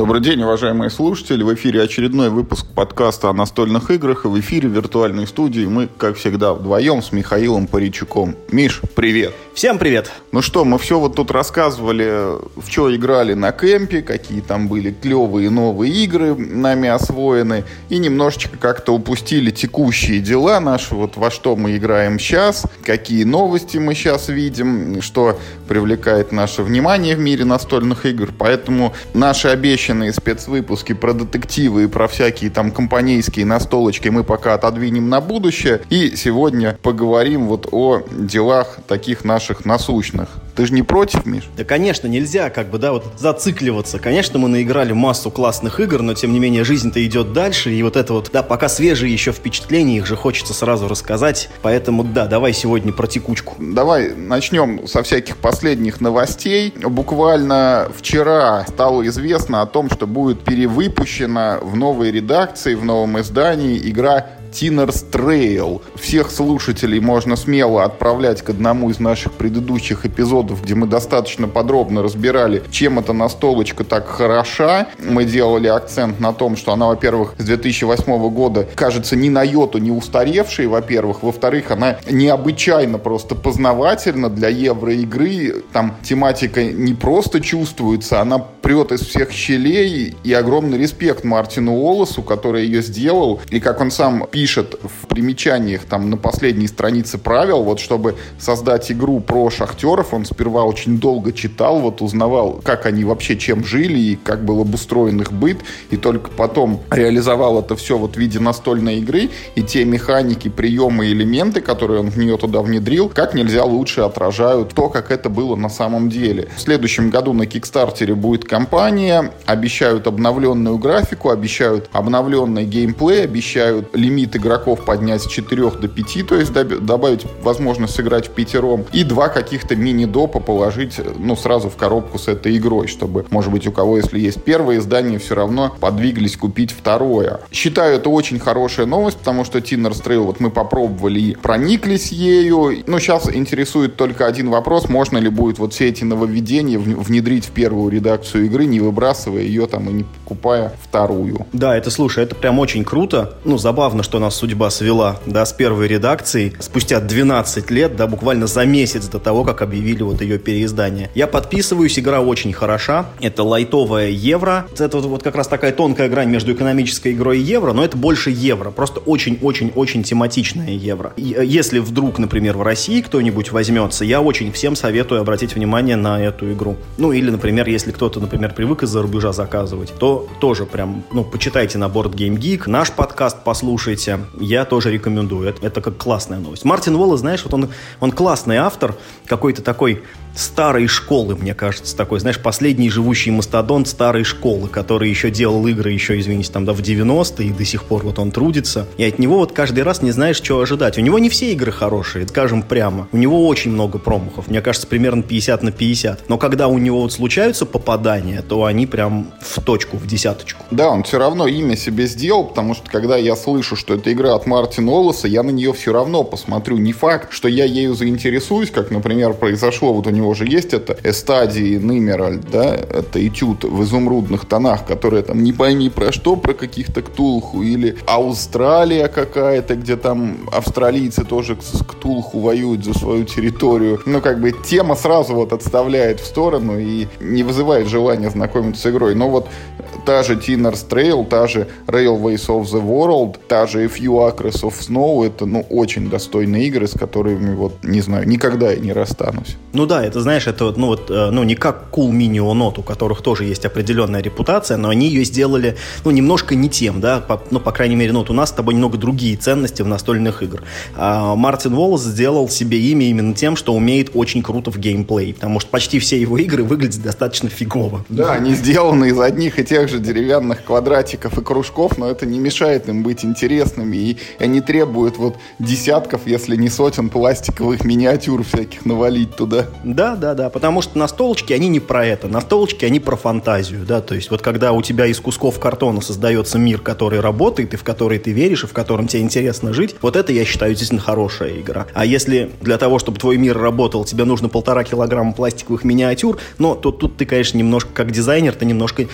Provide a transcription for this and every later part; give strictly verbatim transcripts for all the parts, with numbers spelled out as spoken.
Добрый день, уважаемые слушатели. В эфире очередной выпуск подкаста о настольных играх. И в эфире виртуальной студии мы, как всегда, вдвоем с Михаилом Паричуком. Миш, привет. Всем привет. Ну что, мы все вот тут рассказывали, в что играли на кемпе, какие там были клевые новые игры нами освоены. И немножечко как-то упустили текущие дела наши, вот во что мы играем сейчас, какие новости мы сейчас видим, что привлекает наше внимание в мире настольных игр. Поэтому наши обещанные спецвыпуски про детективы и про всякие там компанейские настолочки мы пока отодвинем на будущее. И сегодня поговорим вот о делах таких наших насущных. Ты же не против, Миш? Да, конечно, нельзя как бы, да, вот зацикливаться. Конечно, мы наиграли массу классных игр, но тем не менее жизнь-то идет дальше. И вот это вот, да, пока свежие еще впечатления, их же хочется сразу рассказать. Поэтому, да, давай сегодня про текучку. Давай начнем со всяких последних новостей. Буквально вчера стало известно о том, что будет перевыпущена в новой редакции, в новом издании игра Tinner's Trail. Всех слушателей можно смело отправлять к одному из наших предыдущих эпизодов, где мы достаточно подробно разбирали, чем эта настолочка так хороша. Мы делали акцент на том, что она, во-первых, с две тысячи восьмого года кажется ни на йоту не устаревшей, во-первых. Во-вторых, она необычайно просто познавательна для евроигры. Там тематика не просто чувствуется, она прет из всех щелей. И огромный респект Мартину Уоллесу, который ее сделал. И как он сам пишет, пишет в примечаниях там на последней странице правил, вот чтобы создать игру про шахтеров, он сперва очень долго читал, вот узнавал, как они вообще чем жили и как был обустроен их быт, и только потом реализовал это все вот в виде настольной игры, и те механики, приемы, элементы, которые он в нее туда внедрил, как нельзя лучше отражают то, как это было на самом деле. В следующем году на Кикстартере будет кампания, обещают обновленную графику, обещают обновленный геймплей, обещают лимит игроков поднять с четырёх до пяти, то есть добавить возможность сыграть в пятером, и два каких-то мини-допа положить, ну, сразу в коробку с этой игрой, чтобы, может быть, у кого, если есть первое издание, все равно подвигались купить второе. Считаю, это очень хорошая новость, потому что Tinner's Trail вот мы попробовали и прониклись ею. Ну, сейчас интересует только один вопрос: можно ли будет вот все эти нововведения внедрить в первую редакцию игры, не выбрасывая ее там и не покупая вторую. Да, это, слушай, это прям очень круто. Ну, забавно, что нас судьба свела, да, с первой редакцией спустя двенадцать лет, да, буквально за месяц до того, как объявили вот ее переиздание. Я подписываюсь, игра очень хороша. Это лайтовая евро. Это вот, вот как раз такая тонкая грань между экономической игрой и евро, но это больше евро. Просто очень-очень-очень тематичная евро. И если вдруг, например, в России кто-нибудь возьмется, я очень всем советую обратить внимание на эту игру. Ну, или, например, если кто-то, например, привык из-за рубежа заказывать, то тоже прям, ну, почитайте на Board Game Geek, наш подкаст послушайте. Я тоже рекомендую. Это, это как классная новость. Мартин Уоллес, знаешь, вот он, он классный автор, какой-то такой старой школы, мне кажется, такой, знаешь, последний живущий мастодонт старой школы, который еще делал игры, еще, извините, там, да, в девяностые, и до сих пор вот он трудится. И от него вот каждый раз не знаешь, что ожидать. У него не все игры хорошие, скажем прямо. У него очень много промахов. Мне кажется, примерно пятьдесят на пятьдесят. Но когда у него вот случаются попадания, то они прям в точку, в десяточку. Да, он все равно имя себе сделал, потому что когда я слышу, что это игра от Мартина Уоллеса, я на нее все равно посмотрю. Не факт, что я ею заинтересуюсь, как, например, произошло вот у него уже есть это Эстадии Нимеральд, да, это этюд в изумрудных тонах, которая там не пойми про что, про каких-то ктулху, или Австралия какая-то, где там австралийцы тоже с ктулху воюют за свою территорию. Ну, как бы тема сразу вот отставляет в сторону и не вызывает желания знакомиться с игрой. Но вот та же Tinner's Trail, та же Railways of the World, та же A Few Acres of Snow, это, ну, очень достойные игры, с которыми, вот, не знаю, никогда я не расстанусь. Ну да, это, знаешь, это, ну, вот, ну, не как Cool Mini or Not, у которых тоже есть определенная репутация, но они ее сделали, ну, немножко не тем, да, по, ну, по крайней мере, ну, вот у нас с тобой немного другие ценности в настольных играх. А Мартин Уоллес сделал себе имя именно тем, что умеет очень круто в геймплей, потому что почти все его игры выглядят достаточно фигово. Да, они сделаны из одних и тех же деревянных квадратиков и кружков, но это не мешает им быть интересными, и они требуют вот десятков, если не сотен пластиковых миниатюр всяких навалить туда. Да, да, да, потому что настолочки, они не про это, настолочки, они про фантазию, да, то есть вот когда у тебя из кусков картона создается мир, который работает, и в который ты веришь, и в котором тебе интересно жить, вот это, я считаю, действительно хорошая игра. А если для того, чтобы твой мир работал, тебе нужно полтора килограмма пластиковых миниатюр, но то тут ты, конечно, немножко, как дизайнер, ты немножко недоработал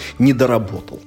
доработал.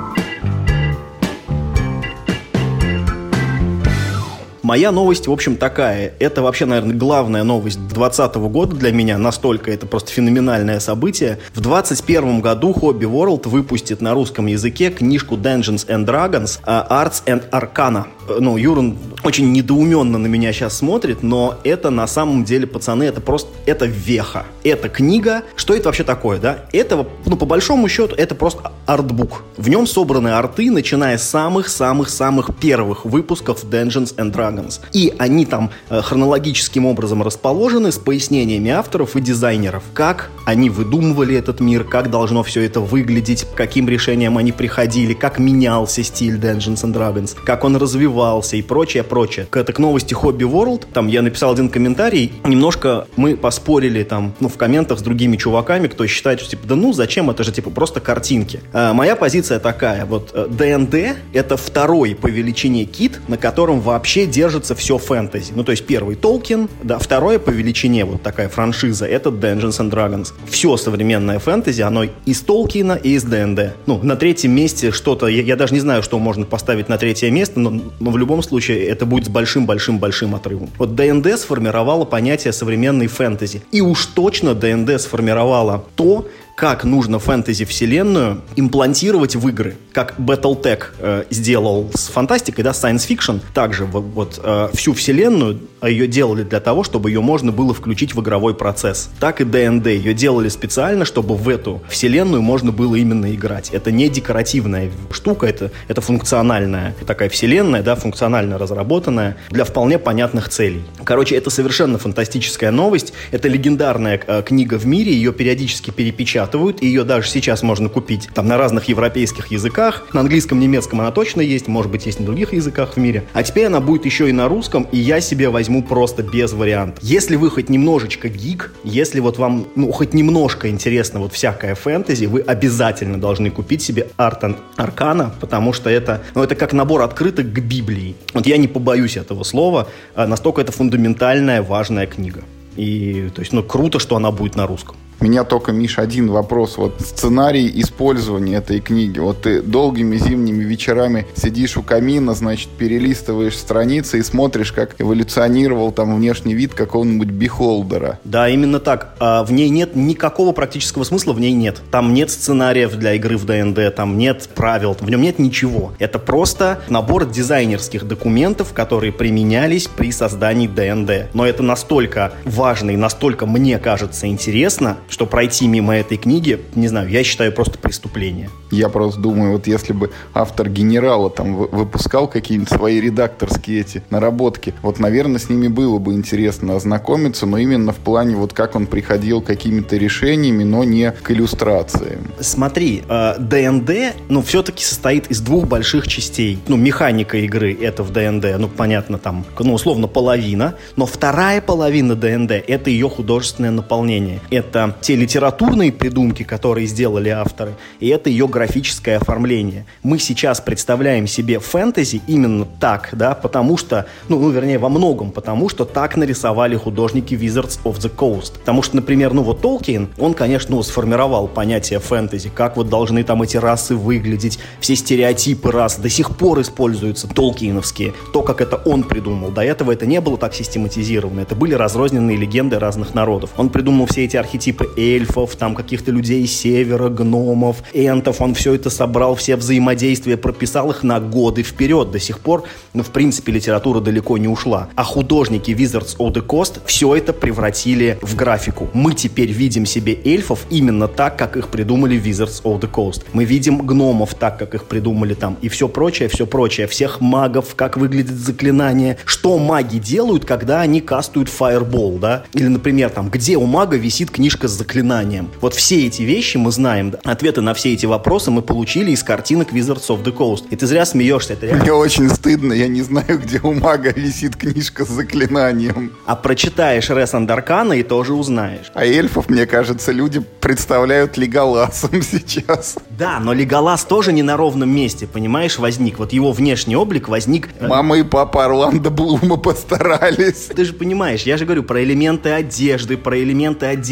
Моя новость, в общем, такая. Это вообще, наверное, главная новость двадцатого года для меня. Настолько это просто феноменальное событие. В двадцать первом году Hobby World выпустит на русском языке книжку Dungeons and Dragons Arts and Arcana. Ну, Юран очень недоуменно на меня сейчас смотрит, но это на самом деле, пацаны, это просто, это веха. Это книга. Что это вообще такое, да? Это, ну, по большому счету, это просто артбук. В нем собраны арты, начиная с самых-самых-самых первых выпусков Dungeons and Dragons. И они там э, хронологическим образом расположены с пояснениями авторов и дизайнеров. Как они выдумывали этот мир, как должно все это выглядеть, к каким решениям они приходили, как менялся стиль Dungeons and Dragons, как он развивался и прочее, прочее. Это к новости Hobby World. Там я написал один комментарий. Немножко мы поспорили там, ну, в комментах с другими чуваками, кто считает, что типа, да ну, зачем, это же типа просто картинки. А, моя позиция такая. Вот ди энд ди это второй по величине кит, на котором вообще держится все фэнтези. Ну, то есть первый Толкин, да, второе по величине вот такая франшиза, это Dungeons and Dragons. Все современное фэнтези, оно из Толкина и из ди энд ди. Ну, на третьем месте что-то, я, я даже не знаю, что можно поставить на третье место, но, но в любом случае это будет с большим-большим-большим отрывом. Вот ди энд ди сформировало понятие современной фэнтези. И уж точно ди энд ди сформировало то, как нужно фэнтези-вселенную имплантировать в игры. Как Battletech э, сделал с фантастикой, да, Science Fiction. Также вот э, всю вселенную ее делали для того, чтобы ее можно было включить в игровой процесс. Так и ди энд ди ее делали специально, чтобы в эту вселенную можно было именно играть. Это не декоративная штука, это, это функциональная такая вселенная, да, функционально разработанная для вполне понятных целей. Короче, это совершенно фантастическая новость. Это легендарная э, книга в мире, ее периодически перепечатывают. И ее даже сейчас можно купить там на разных европейских языках. На английском, немецком она точно есть, может быть, есть на других языках в мире. А теперь она будет еще и на русском, и я себе возьму просто без вариантов. Если вы хоть немножечко гик, если вот вам, ну, хоть немножко интересно вот всякое фэнтези, вы обязательно должны купить себе Art and Arcana, потому что это, ну, это как набор открыток к Библии. Вот я не побоюсь этого слова, настолько это фундаментальная, важная книга. И, то есть, ну, круто, что она будет на русском. У меня только, Миш, один вопрос. Вот сценарий использования этой книги. Вот ты долгими зимними вечерами сидишь у камина, значит, перелистываешь страницы и смотришь, как эволюционировал там внешний вид какого-нибудь бихолдера. Да, именно так. А в ней нет никакого практического смысла, в ней нет. Там нет сценариев для игры в ди энд ди, там нет правил, в нем нет ничего. Это просто набор дизайнерских документов, которые применялись при создании ди энд ди. Но это настолько важно и настолько, мне кажется, интересно, что пройти мимо этой книги, не знаю, я считаю просто преступление. Я просто думаю, вот если бы автор «Генерала» там выпускал какие-нибудь свои редакторские эти наработки, вот, наверное, с ними было бы интересно ознакомиться, но именно в плане вот как он приходил к какими-то решениями, но не к иллюстрациям. Смотри, ди энд ди, ну, все-таки состоит из двух больших частей. Ну, механика игры — это в ди энд ди, ну, понятно, там, ну, условно, половина, но вторая половина ди энд ди — это ее художественное наполнение. Это те литературные придумки, которые сделали авторы, и это ее графическое оформление. Мы сейчас представляем себе фэнтези именно так, да, потому что, ну, ну, вернее, во многом потому, что так нарисовали художники Wizards of the Coast. Потому что, например, ну, вот Толкин, он, конечно, ну, сформировал понятие фэнтези, как вот должны там эти расы выглядеть, все стереотипы рас до сих пор используются, толкиновские, то, как это он придумал. До этого это не было так систематизировано, это были разрозненные легенды разных народов. Он придумал все эти архетипы эльфов, там каких-то людей севера, гномов, энтов, он все это собрал, все взаимодействия, прописал их на годы вперед. До сих пор, ну, в принципе, литература далеко не ушла. А художники Wizards of the Coast все это превратили в графику. Мы теперь видим себе эльфов именно так, как их придумали Wizards of the Coast. Мы видим гномов так, как их придумали там, и все прочее, все прочее. Всех магов, как выглядит заклинание, что маги делают, когда они кастуют Fireball, да? Или, например, там, где у мага висит книжка с заклинанием. Вот все эти вещи мы знаем, да? Ответы на все эти вопросы мы получили из картинок Wizards of the Coast. И ты зря смеешься, это реально. Мне очень стыдно, я не знаю, где у мага висит книжка с заклинанием. А прочитаешь Res and Arcana и тоже узнаешь. А эльфов, мне кажется, люди представляют Леголасом сейчас. Да, но Леголас тоже не на ровном месте, понимаешь, возник. Вот его внешний облик возник... Мама и папа Орландо Блума постарались. Ты же понимаешь, я же говорю про элементы одежды, про элементы отделки оружия,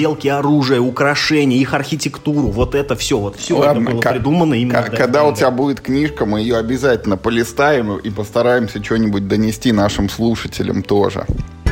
оружие, украшения, их архитектуру, вот это все, вот все Ладно, это было к- придумано именно. к- Когда у тебя будет книжка, мы ее обязательно полистаем и постараемся что-нибудь донести нашим слушателям тоже.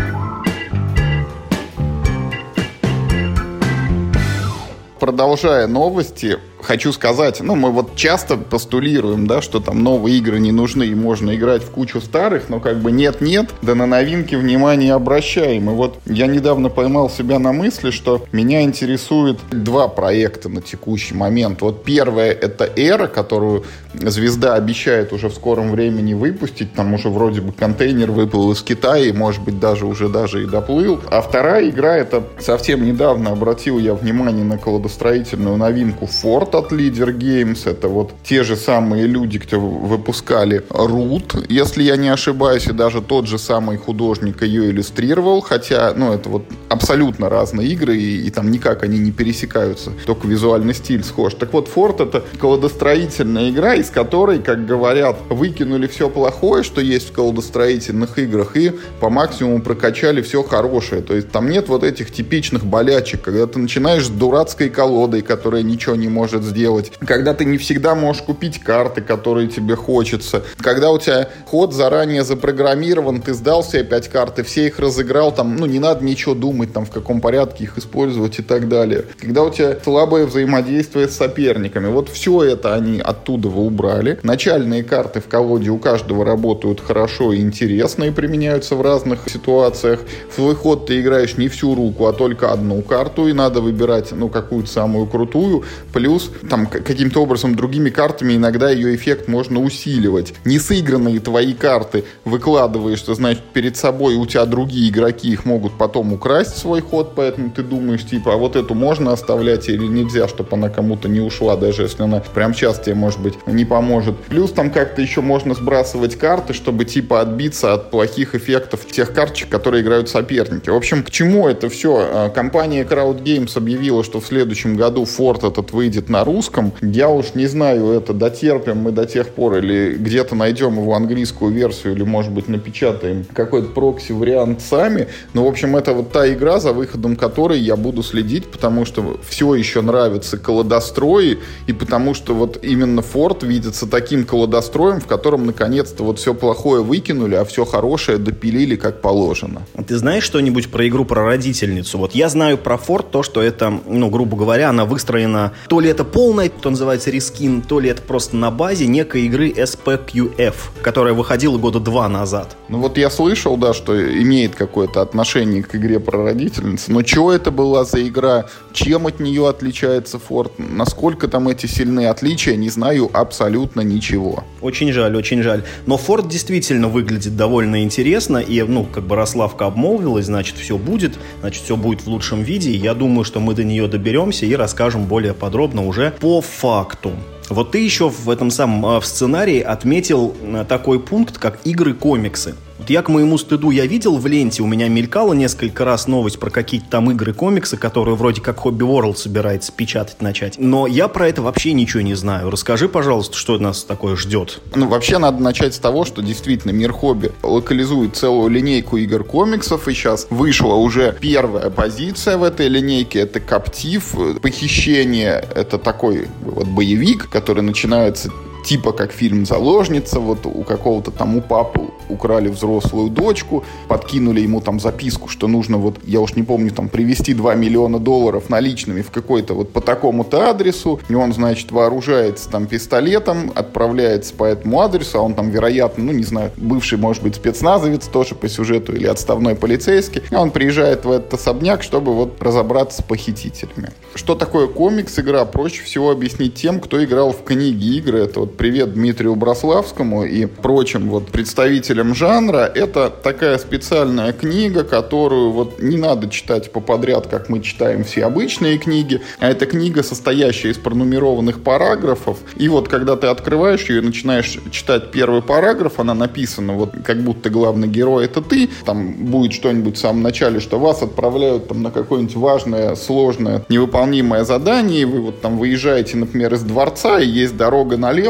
Продолжая новости, хочу сказать, ну, мы вот часто постулируем, да, что там новые игры не нужны и можно играть в кучу старых, но как бы нет-нет, да на новинки внимание обращаем. И вот я недавно поймал себя на мысли, что меня интересует два проекта на текущий момент. Вот первое — это «Эра», которую Звезда обещает уже в скором времени выпустить. Там уже вроде бы контейнер выплыл из Китая, и, может быть, даже уже даже и доплыл. А вторая игра — это совсем недавно обратил я внимание на колодостроительную новинку Fort от Leader Games. Это вот те же самые люди, кто выпускали Root, если я не ошибаюсь, и даже тот же самый художник ее иллюстрировал, хотя, ну, это вот абсолютно разные игры, и, и там никак они не пересекаются, только визуальный стиль схож. Так вот, Fort — это колодостроительная игра, из которой, как говорят, выкинули все плохое, что есть в колодостроительных играх, и по максимуму прокачали все хорошее. То есть там нет вот этих типичных болячек, когда ты начинаешь с дурацкой колодой, которая ничего не может сделать, когда ты не всегда можешь купить карты, которые тебе хочется, когда у тебя ход заранее запрограммирован, ты сдал себе пять карт и все их разыграл, там, ну, не надо ничего думать, там, в каком порядке их использовать и так далее. Когда у тебя слабое взаимодействие с соперниками. Вот все это они оттуда убрали. Начальные карты в колоде у каждого работают хорошо и интересно и применяются в разных ситуациях. В свой ход ты играешь не всю руку, а только одну карту, и надо выбирать, ну, какую-то самую крутую. Плюс, там, каким-то образом другими картами иногда ее эффект можно усиливать. Несыгранные твои карты выкладываешь, что, значит, перед собой у тебя другие игроки их могут потом украсть в свой ход, поэтому ты думаешь, типа, а вот эту можно оставлять или нельзя, чтобы она кому-то не ушла, даже если она прям сейчас тебе, может быть, не поможет. Плюс там как-то еще можно сбрасывать карты, чтобы типа отбиться от плохих эффектов тех карточек, которые играют соперники. В общем, к чему это все? Компания Crowd Games объявила, что в следующем году Fort этот выйдет на русском. Я уж не знаю, это дотерпим мы до тех пор, или где-то найдем его английскую версию, или, может быть, напечатаем какой-то прокси-вариант сами. Но, в общем, это вот та игра, за выходом которой я буду следить, потому что все еще нравятся колодострои, и потому что вот именно Fort видится таким колодостроем, в котором наконец-то вот все плохое выкинули, а все хорошее допилили как положено. Ты знаешь что-нибудь про игру-прародительницу? Вот я знаю про Fort то, что это, ну, грубо говоря, она выстроена, то ли это полная, то называется рескин, то ли это просто на базе некой игры эс пи кью эф, которая выходила года два назад. Ну вот я слышал, да, что имеет какое-то отношение к игре прародительницы, но что это была за игра, чем от нее отличается Fort, насколько там эти сильные отличия, не знаю абсолютно ничего. Очень жаль, очень жаль. Но Fort действительно выглядит довольно интересно, и, ну, как бы Рославка обмолвилась, значит, все будет, значит, все будет в лучшем виде, и я думаю, что мы до нее доберемся и расскажем более подробно уже по факту. Вот ты еще в этом самом в сценарии отметил такой пункт, как игры-комиксы. Вот я, к моему стыду, я видел в ленте, у меня мелькала несколько раз новость про какие-то там игры-комиксы, которые вроде как Hobby World собирается печатать начать. Но я про это вообще ничего не знаю. Расскажи, пожалуйста, что нас такое ждет. Ну, вообще, надо начать с того, что действительно Мир Хобби локализует целую линейку игр-комиксов, и сейчас вышла уже первая позиция в этой линейке. Это Коптив. Похищение — это такой вот боевик, который начинается типа как фильм «Заложница». Вот у какого-то там у папы украли взрослую дочку, подкинули ему там записку, что нужно вот, я уж не помню, там привезти два миллиона долларов наличными в какой-то вот по такому-то адресу. И он, значит, вооружается там пистолетом, отправляется по этому адресу, а он там, вероятно, ну не знаю, бывший, может быть, спецназовец тоже по сюжету или отставной полицейский. И он приезжает в этот особняк, чтобы вот разобраться с похитителями. Что такое комикс-игра? Проще всего объяснить тем, кто играл в книги игры. Это вот привет Дмитрию Брославскому и прочим вот представителям жанра. Это такая специальная книга, которую вот не надо читать по подряд, как мы читаем все обычные книги, а это книга, состоящая из пронумерованных параграфов. И вот когда ты открываешь ее и начинаешь читать первый параграф, она написана вот как будто главный герой — это ты. Там будет что-нибудь в самом начале, что вас отправляют там на какое-нибудь важное, сложное, невыполнимое задание, и вы вот там выезжаете, например, из дворца, и есть дорога налево,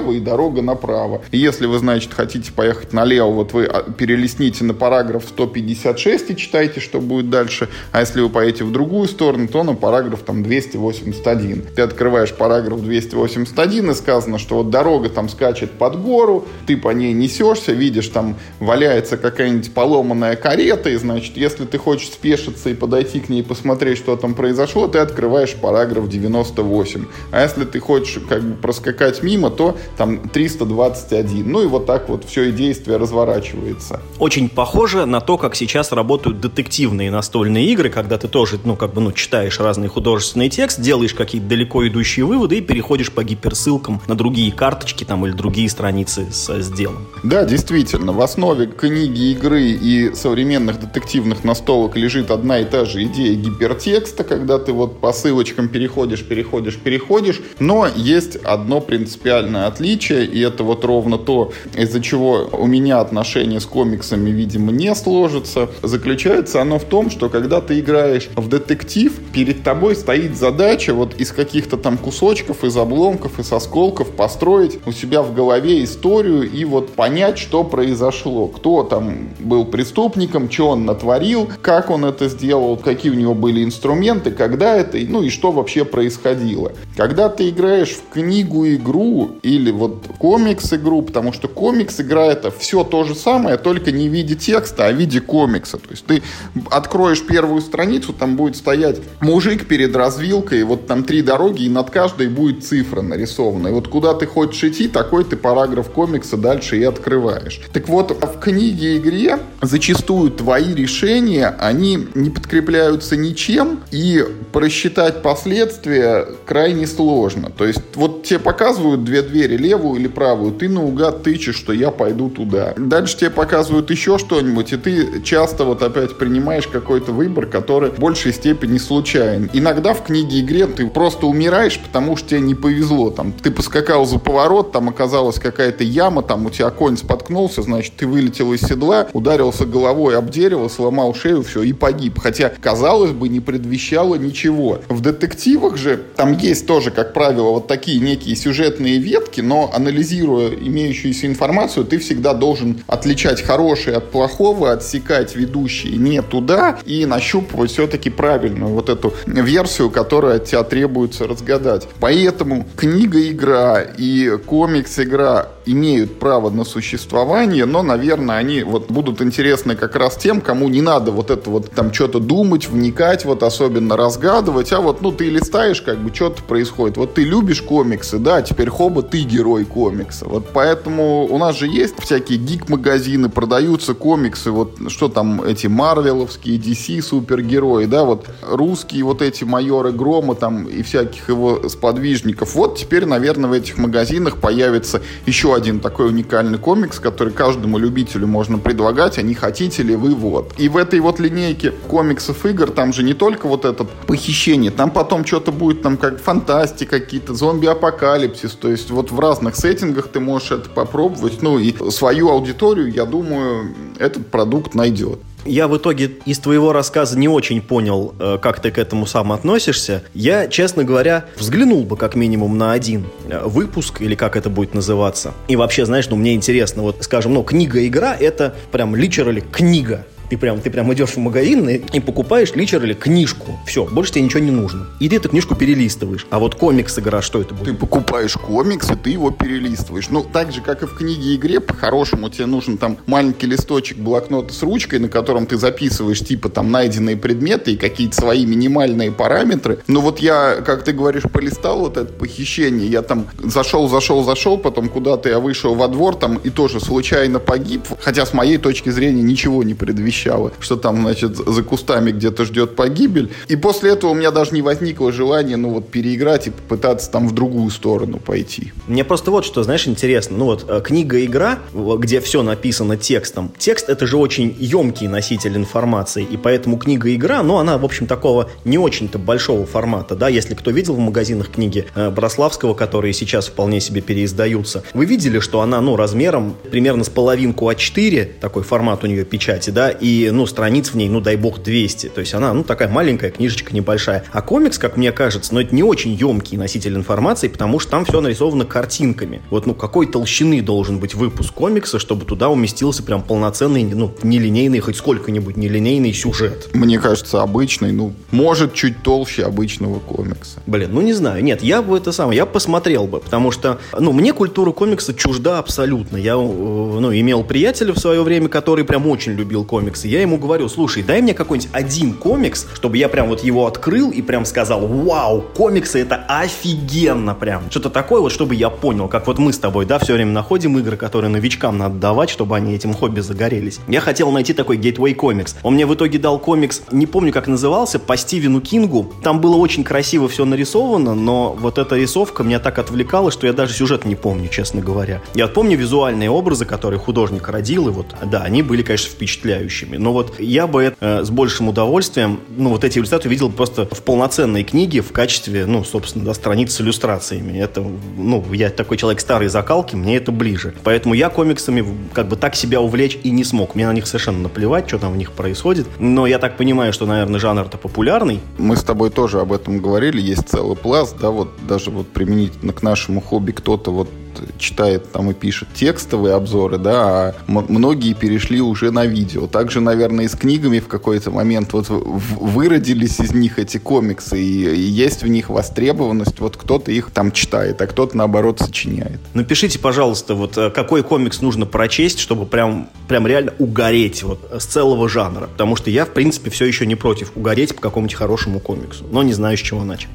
налево и дорога направо. И если вы, значит, хотите поехать налево, вот вы перелистните на параграф сто пятьдесят шесть и читайте, что будет дальше. А если вы поедете в другую сторону, то на параграф там двести восемьдесят один. Ты открываешь параграф двести восемьдесят один, и сказано, что вот дорога там скачет под гору, ты по ней несешься, видишь, там валяется какая-нибудь поломанная карета, и, значит, если ты хочешь спешиться и подойти к ней и посмотреть, что там произошло, ты открываешь параграф девяносто восемь. А если ты хочешь как бы проскакать мимо, то там триста двадцать один. Ну и вот так вот все и действие разворачивается. Очень похоже на то, как сейчас работают детективные настольные игры, когда ты тоже, ну, как бы, ну, читаешь разный художественный текст, делаешь какие-то далеко идущие выводы и переходишь по гиперссылкам на другие карточки там или другие страницы с, с делом. Да, действительно, в основе книги, игры и современных детективных настолок лежит одна и та же идея гипертекста, когда ты вот по ссылочкам переходишь, переходишь, переходишь, но есть одно принципиальное отличие, и это вот ровно то, из-за чего у меня отношения с комиксами, видимо, не сложится. Заключается оно в том, что когда ты играешь в детектив, перед тобой стоит задача вот из каких-то там кусочков, из обломков, из осколков построить у себя в голове историю и вот понять, что произошло, кто там был преступником, что он натворил, как он это сделал, какие у него были инструменты, когда это, ну и что вообще происходило. Когда ты играешь в книгу-игру или вот комикс-игру, потому что комикс-игра — это все то же самое, только не в виде текста, а в виде комикса. То есть ты откроешь первую страницу, там будет стоять мужик перед развилкой, вот там три дороги, и над каждой будет цифра нарисована. И вот куда ты хочешь идти, такой ты параграф комикса дальше и открываешь. Так вот, в книге-игре зачастую твои решения, они не подкрепляются ничем, и просчитать последствия крайне сложно. То есть вот тебе показывают две двери, левую или правую, ты наугад тычешь, что я пойду туда. Дальше тебе показывают еще что-нибудь, и ты часто вот опять принимаешь какой-то выбор, который в большей степени случайен. Иногда в книге-игре ты просто умираешь, потому что тебе не повезло. Там, ты поскакал за поворот, там оказалась какая-то яма, там у тебя конь споткнулся, значит, ты вылетел из седла, ударился головой об дерево, сломал шею, все, и погиб. Хотя, казалось бы, не предвещало ничего. В детективах же там есть тоже, как правило, вот такие некие сюжетные ветки, но анализируя имеющуюся информацию, ты всегда должен отличать хорошее от плохого, отсекать ведущие не туда и нащупывать все-таки правильную вот эту версию, которая от тебя требуется разгадать. Поэтому книга-игра и комикс-игра имеют право на существование, но, наверное, они вот будут интересны как раз тем, кому не надо вот это вот там что-то думать, вникать, вот особенно разгадывать, а вот, ну, ты листаешь, как бы, что-то происходит. Вот ты любишь комиксы, да, теперь хоба, ты герой комикса. Вот поэтому у нас же есть всякие гик-магазины, продаются комиксы, вот, что там, эти марвеловские, ди си супергерои, да, вот, русские вот эти майоры Грома там и всяких его сподвижников. Вот теперь, наверное, в этих магазинах появится еще один такой уникальный комикс, который каждому любителю можно предлагать, а не хотите ли вы вот. И в этой вот линейке комиксов игр там же не только вот это похищение, там потом что-то будет там как фантастика, какие-то зомби-апокалипсис, то есть вот в разных сеттингах ты можешь это попробовать, ну и свою аудиторию, я думаю, этот продукт найдет. Я в итоге из твоего рассказа не очень понял, как ты к этому сам относишься. Я, честно говоря, взглянул бы как минимум на один выпуск, или как это будет называться. И вообще, знаешь, ну мне интересно, вот, скажем, ну, книга-игра — это прям literally книга. Ты прям, ты прям идешь в магазин и, и покупаешь literally книжку. Все, больше тебе ничего не нужно. И ты эту книжку перелистываешь. А вот комикс-игра, что это будет? Ты покупаешь комикс, и ты его перелистываешь. Ну, так же, как и в книге-игре, по-хорошему тебе нужен там маленький листочек блокнота с ручкой, на котором ты записываешь, типа, там, найденные предметы и какие-то свои минимальные параметры. Но вот я, как ты говоришь, полистал вот это похищение. Я там зашел, зашел, зашел, потом куда-то я вышел во двор, там, и тоже случайно погиб. Хотя, с моей точки зрения, ничего не предвещало, что там, значит, за кустами где-то ждет погибель. И после этого у меня даже не возникло желания, ну, вот, переиграть и попытаться там в другую сторону пойти. Мне просто вот что, знаешь, интересно. Ну, вот, книга-игра, где все написано текстом. Текст — это же очень емкий носитель информации, и поэтому книга-игра, ну, она, в общем, такого не очень-то большого формата, да, если кто видел в магазинах книги э, Брославского, которые сейчас вполне себе переиздаются, вы видели, что она, ну, размером примерно с половинку а четыре, такой формат у нее печати, да, и и, ну, страниц в ней, ну, дай бог, двести. То есть она, ну, такая маленькая книжечка небольшая. А комикс, как мне кажется, ну, это не очень емкий носитель информации, потому что там все нарисовано картинками. Вот, ну, какой толщины должен быть выпуск комикса, чтобы туда уместился прям полноценный, ну, нелинейный, хоть сколько-нибудь нелинейный сюжет? Мне кажется, обычный, ну, может, чуть толще обычного комикса. Блин, ну, не знаю. Нет, я бы это самое, я посмотрел бы, потому что, ну, мне культура комикса чужда абсолютно. Я, ну, имел приятеля в свое время, который прям очень любил комиксы. Я ему говорю: слушай, дай мне какой-нибудь один комикс, чтобы я прям вот его открыл и прям сказал: вау, комиксы — это офигенно прям. Что-то такое вот, чтобы я понял, как вот мы с тобой, да, все время находим игры, которые новичкам надо давать, чтобы они этим хобби загорелись. Я хотел найти такой Gateway комикс. Он мне в итоге дал комикс, не помню, как назывался, по Стивену Кингу. Там было очень красиво все нарисовано, но вот эта рисовка меня так отвлекала, что я даже сюжет не помню, честно говоря. Я помню визуальные образы, которые художник родил, и вот, да, они были, конечно, впечатляющими. Но вот я бы э, с большим удовольствием, ну, вот эти иллюстрации видел просто в полноценной книге в качестве, ну, собственно, да, страниц с иллюстрациями. Это, ну, я такой человек старой закалки, мне это ближе. Поэтому я комиксами как бы так себя увлечь и не смог. Мне на них совершенно наплевать, что там в них происходит. Но я так понимаю, что, наверное, жанр-то популярный. Мы с тобой тоже об этом говорили. Есть целый пласт, да, вот даже вот применительно к нашему хобби кто-то вот читает там и пишет текстовые обзоры, да, а м- многие перешли уже на видео. Также, наверное, и с книгами в какой-то момент вот в- выродились из них эти комиксы, и, и есть в них востребованность. Вот кто-то их там читает, а кто-то, наоборот, сочиняет. Напишите, пожалуйста, вот какой комикс нужно прочесть, чтобы прям, прям реально угореть вот с целого жанра. Потому что я, в принципе, все еще не против угореть по какому-нибудь хорошему комиксу, но не знаю, с чего начать.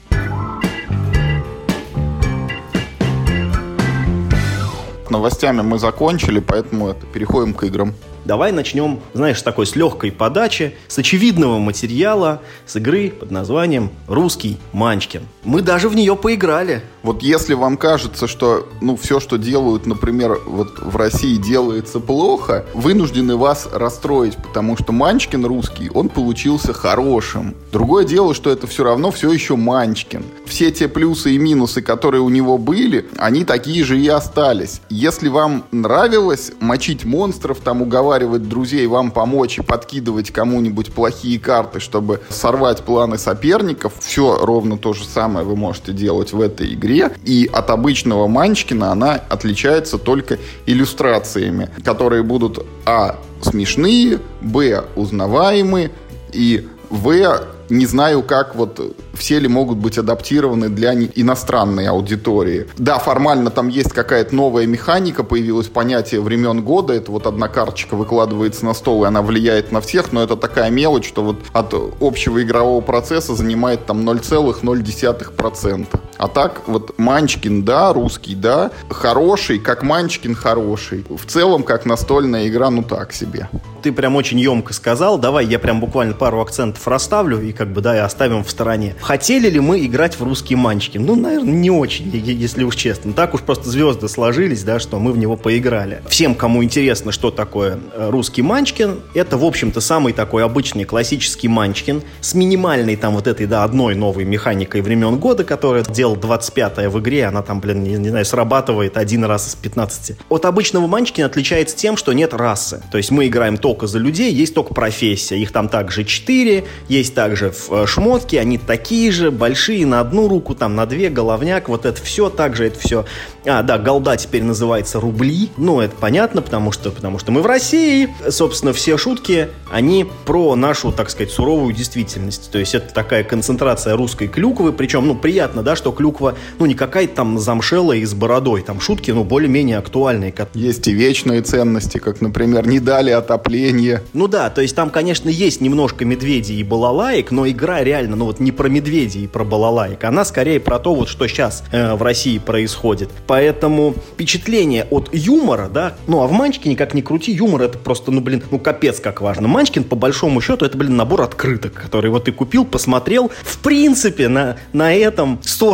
Новостями мы закончили, поэтому это, переходим к играм. Давай начнем, знаешь, с такой, с легкой подачи, с очевидного материала, с игры под названием «Русский Манчкин». Мы даже в нее поиграли. Вот если вам кажется, что, ну, все, что делают, например, вот в России делается плохо, вынуждены вас расстроить, потому что Манчкин русский, он получился хорошим. Другое дело, что это все равно все еще Манчкин. Все те плюсы и минусы, которые у него были, они такие же и остались. Если вам нравилось мочить монстров, там, уговаривать друзей вам помочь и подкидывать кому-нибудь плохие карты, чтобы сорвать планы соперников, все ровно то же самое вы можете делать в этой игре. И от обычного Манчкина она отличается только иллюстрациями, которые будут а. смешные, б. узнаваемые и в. не знаю, как вот все ли могут быть адаптированы для иностранной аудитории. Да, формально там есть какая-то новая механика, появилось понятие времен года, это вот одна карточка выкладывается на стол, и она влияет на всех, но это такая мелочь, что вот от общего игрового процесса занимает там ноль целых ноль десятых процента. А так вот Манчкин, да, русский, да, хороший, как Манчкин хороший. В целом, как настольная игра, ну так себе. Ты прям очень емко сказал, давай я прям буквально пару акцентов расставлю и как бы, да, и оставим в стороне. Хотели ли мы играть в русский Манчкин? Ну, наверное, не очень, если уж честно. Так уж просто звезды сложились, да, что мы в него поиграли. Всем, кому интересно, что такое русский Манчкин, это, в общем-то, самый такой обычный классический Манчкин с минимальной там вот этой, да, одной новой механикой времен года, которая делал двадцать пятая в игре, она там, блин, не, не знаю, срабатывает один раз из пятнадцати. От обычного Манчкина отличается тем, что нет расы. То есть мы играем только за людей, есть только профессия. Их там также четыре, есть также шмотки, они такие же, большие, на одну руку, там, на две, головняк, вот это все, также это все. А, да, голда теперь называется рубли, ну, это понятно, потому что, потому что мы в России. Собственно, все шутки, они про нашу, так сказать, суровую действительность. То есть это такая концентрация русской клюквы, причем, ну, приятно, да, что клюква, ну, не какая-то там замшелая и с бородой, там шутки, ну, более-менее актуальные. Есть и вечные ценности, как, например, не дали отопление. Ну да, то есть там, конечно, есть немножко медведей и балалаек, но игра реально, ну, вот не про медведей и про балалаек, она скорее про то, вот что сейчас э, в России происходит. Поэтому впечатление от юмора, да, ну, а в Манчкине, как ни крути, юмор это просто, ну, блин, ну, капец как важно. Манчкин, по большому счету, это, блин, набор открыток, который вот ты купил, посмотрел, в принципе, на, на этом сорок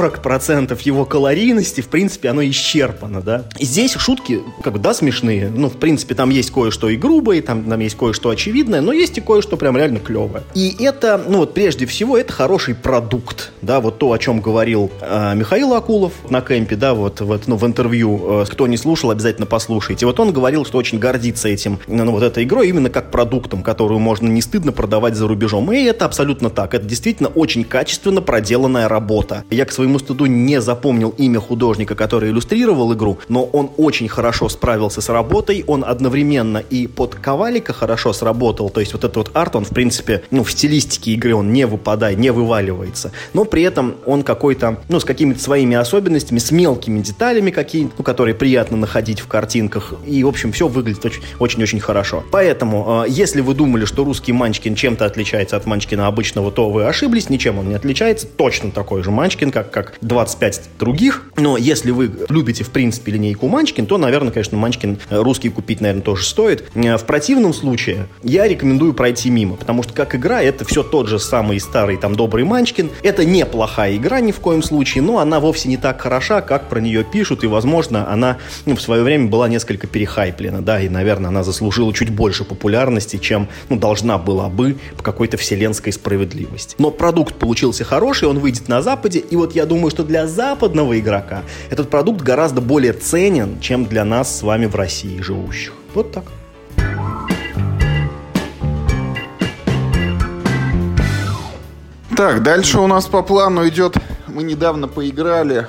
сорок процентов его калорийности, в принципе, оно исчерпано, да. И здесь шутки, как бы, да, смешные. Ну, в принципе, там есть кое-что и грубое, там, там есть кое-что очевидное, но есть и кое-что прям реально клевое. И это, ну, вот прежде всего, это хороший продукт, да, вот то, о чем говорил э, Михаил Акулов на кемпе, да, вот, вот ну, в интервью, э, кто не слушал, обязательно послушайте. Вот он говорил, что очень гордится этим, ну, вот этой игрой именно как продуктом, которую можно не стыдно продавать за рубежом. И это абсолютно так. Это действительно очень качественно проделанная работа. Я, к своему стыду, не запомнил имя художника, который иллюстрировал игру, но он очень хорошо справился с работой. Он одновременно и под Ковалика хорошо сработал. То есть вот этот вот арт, он, в принципе, ну, в стилистике игры он не выпадает, не вываливается. Но при этом он какой-то, ну, с какими-то своими особенностями, с мелкими деталями, какие, ну, которые приятно находить в картинках. И, в общем, все выглядит очень-очень хорошо. Поэтому, э, если вы думали, что русский Манчкин чем-то отличается от Манчкина обычного, то вы ошиблись. Ничем он не отличается. Точно такой же Манчкин, как, как двадцать пять других. Но если вы любите, в принципе, линейку Манчкин, то, наверное, конечно, Манчкин русский купить, наверное, тоже стоит. В противном случае я рекомендую пройти мимо, потому что как игра это все тот же самый старый там добрый Манчкин. Это неплохая игра ни в коем случае, но она вовсе не так хороша, как про нее пишут, и, возможно, она, ну, в свое время была несколько перехайплена, да, и, наверное, она заслужила чуть больше популярности, чем, ну, должна была бы по какой-то вселенской справедливости. Но продукт получился хороший, он выйдет на Западе, и вот я думаю, что для западного игрока этот продукт гораздо более ценен, чем для нас с вами в России живущих. Вот так. Так, дальше у нас по плану идет... Мы недавно поиграли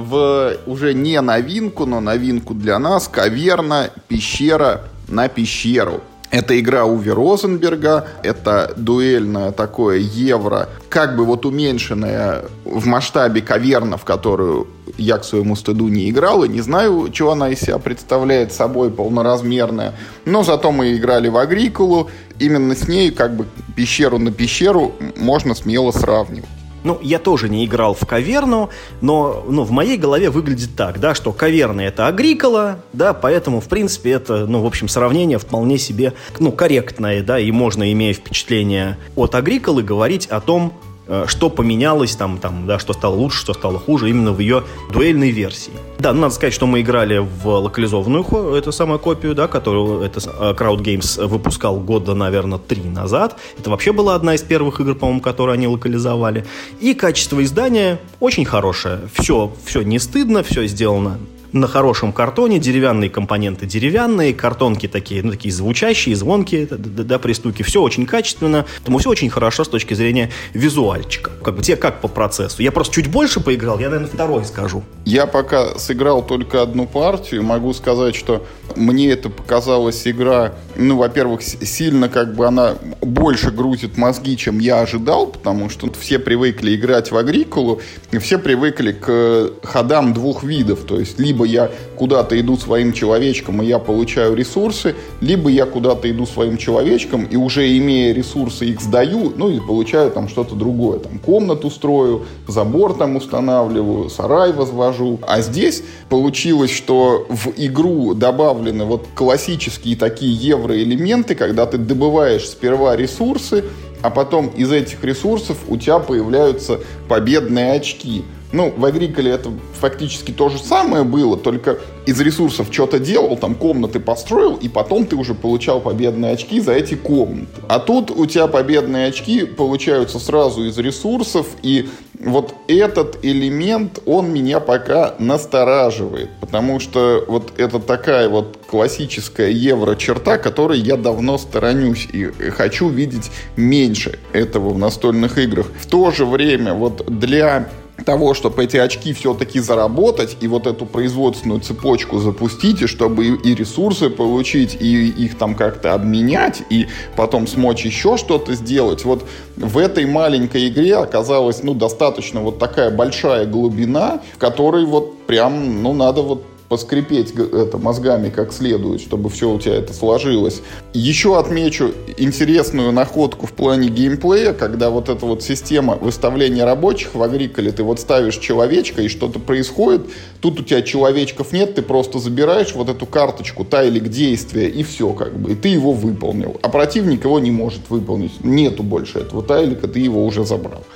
в уже не новинку, но новинку для нас. Каверна, пещера на пещеру. Это игра Уве Розенберга, это дуэльное такое евро, как бы вот уменьшенное в масштабе каверна, в которую я, к своему стыду, не играл и не знаю, что она из себя представляет собой, полноразмерная. Но зато мы играли в Агриколу, именно с ней как бы пещеру на пещеру можно смело сравнивать. Ну, я тоже не играл в Каверну, но ну, в моей голове выглядит так, да, что Каверна — это Агрикола, да, поэтому, в принципе, это, ну, в общем, сравнение вполне себе, ну, корректное, да, и можно, имея впечатление от Агриколы, говорить о том, что поменялось там, там, да, что стало лучше, что стало хуже именно в ее дуэльной версии. Да, ну, надо сказать, что мы играли в локализованную эту самую копию, да, которую это Crowd Games выпускал года, наверное, три назад. Это вообще была одна из первых игр, по-моему, которые они локализовали. И качество издания очень хорошее. Все, все не стыдно, все сделано на хорошем картоне, деревянные компоненты деревянные, картонки такие, ну, такие звучащие, звонкие, да, да, при стуке. Все очень качественно, поэтому все очень хорошо с точки зрения визуальчика. Как бы тебе как по процессу? Я просто чуть больше поиграл, я, наверное, второй скажу. Я пока сыграл только одну партию, могу сказать, что мне это показалась игра, ну, во-первых, сильно как бы она больше грузит мозги, чем я ожидал, потому что все привыкли играть в Агриколу, и все привыкли к ходам двух видов, то есть либо я куда-то иду своим человечком, и я получаю ресурсы, либо я куда-то иду своим человечком, и уже имея ресурсы их сдаю, ну и получаю там что-то другое. Там комнату строю, забор там устанавливаю, сарай возвожу. А здесь получилось, что в игру добавлены вот классические такие евроэлементы, когда ты добываешь сперва ресурсы, а потом из этих ресурсов у тебя появляются победные очки. Ну, в Агриколе это фактически то же самое было, только из ресурсов что-то делал, там комнаты построил, и потом ты уже получал победные очки за эти комнаты. А тут у тебя победные очки получаются сразу из ресурсов, и вот этот элемент, он меня пока настораживает, потому что вот это такая вот классическая евро-черта, которой я давно сторонюсь и хочу видеть меньше этого в настольных играх. В то же время вот для того, чтобы эти очки все-таки заработать и вот эту производственную цепочку запустить, и чтобы и ресурсы получить, и их там как-то обменять, и потом смочь еще что-то сделать. Вот в этой маленькой игре оказалась, ну, достаточно вот такая большая глубина, в которой вот прям, ну, надо вот поскрипеть это мозгами как следует, чтобы все у тебя это сложилось. Еще отмечу интересную находку в плане геймплея, когда вот эта вот система выставления рабочих в Агриколе, ты вот ставишь человечка, и что-то происходит, тут у тебя человечков нет, ты просто забираешь вот эту карточку, тайлик действия, и все как бы, и ты его выполнил. А противник его не может выполнить, нету больше этого тайлика, ты его уже забрал.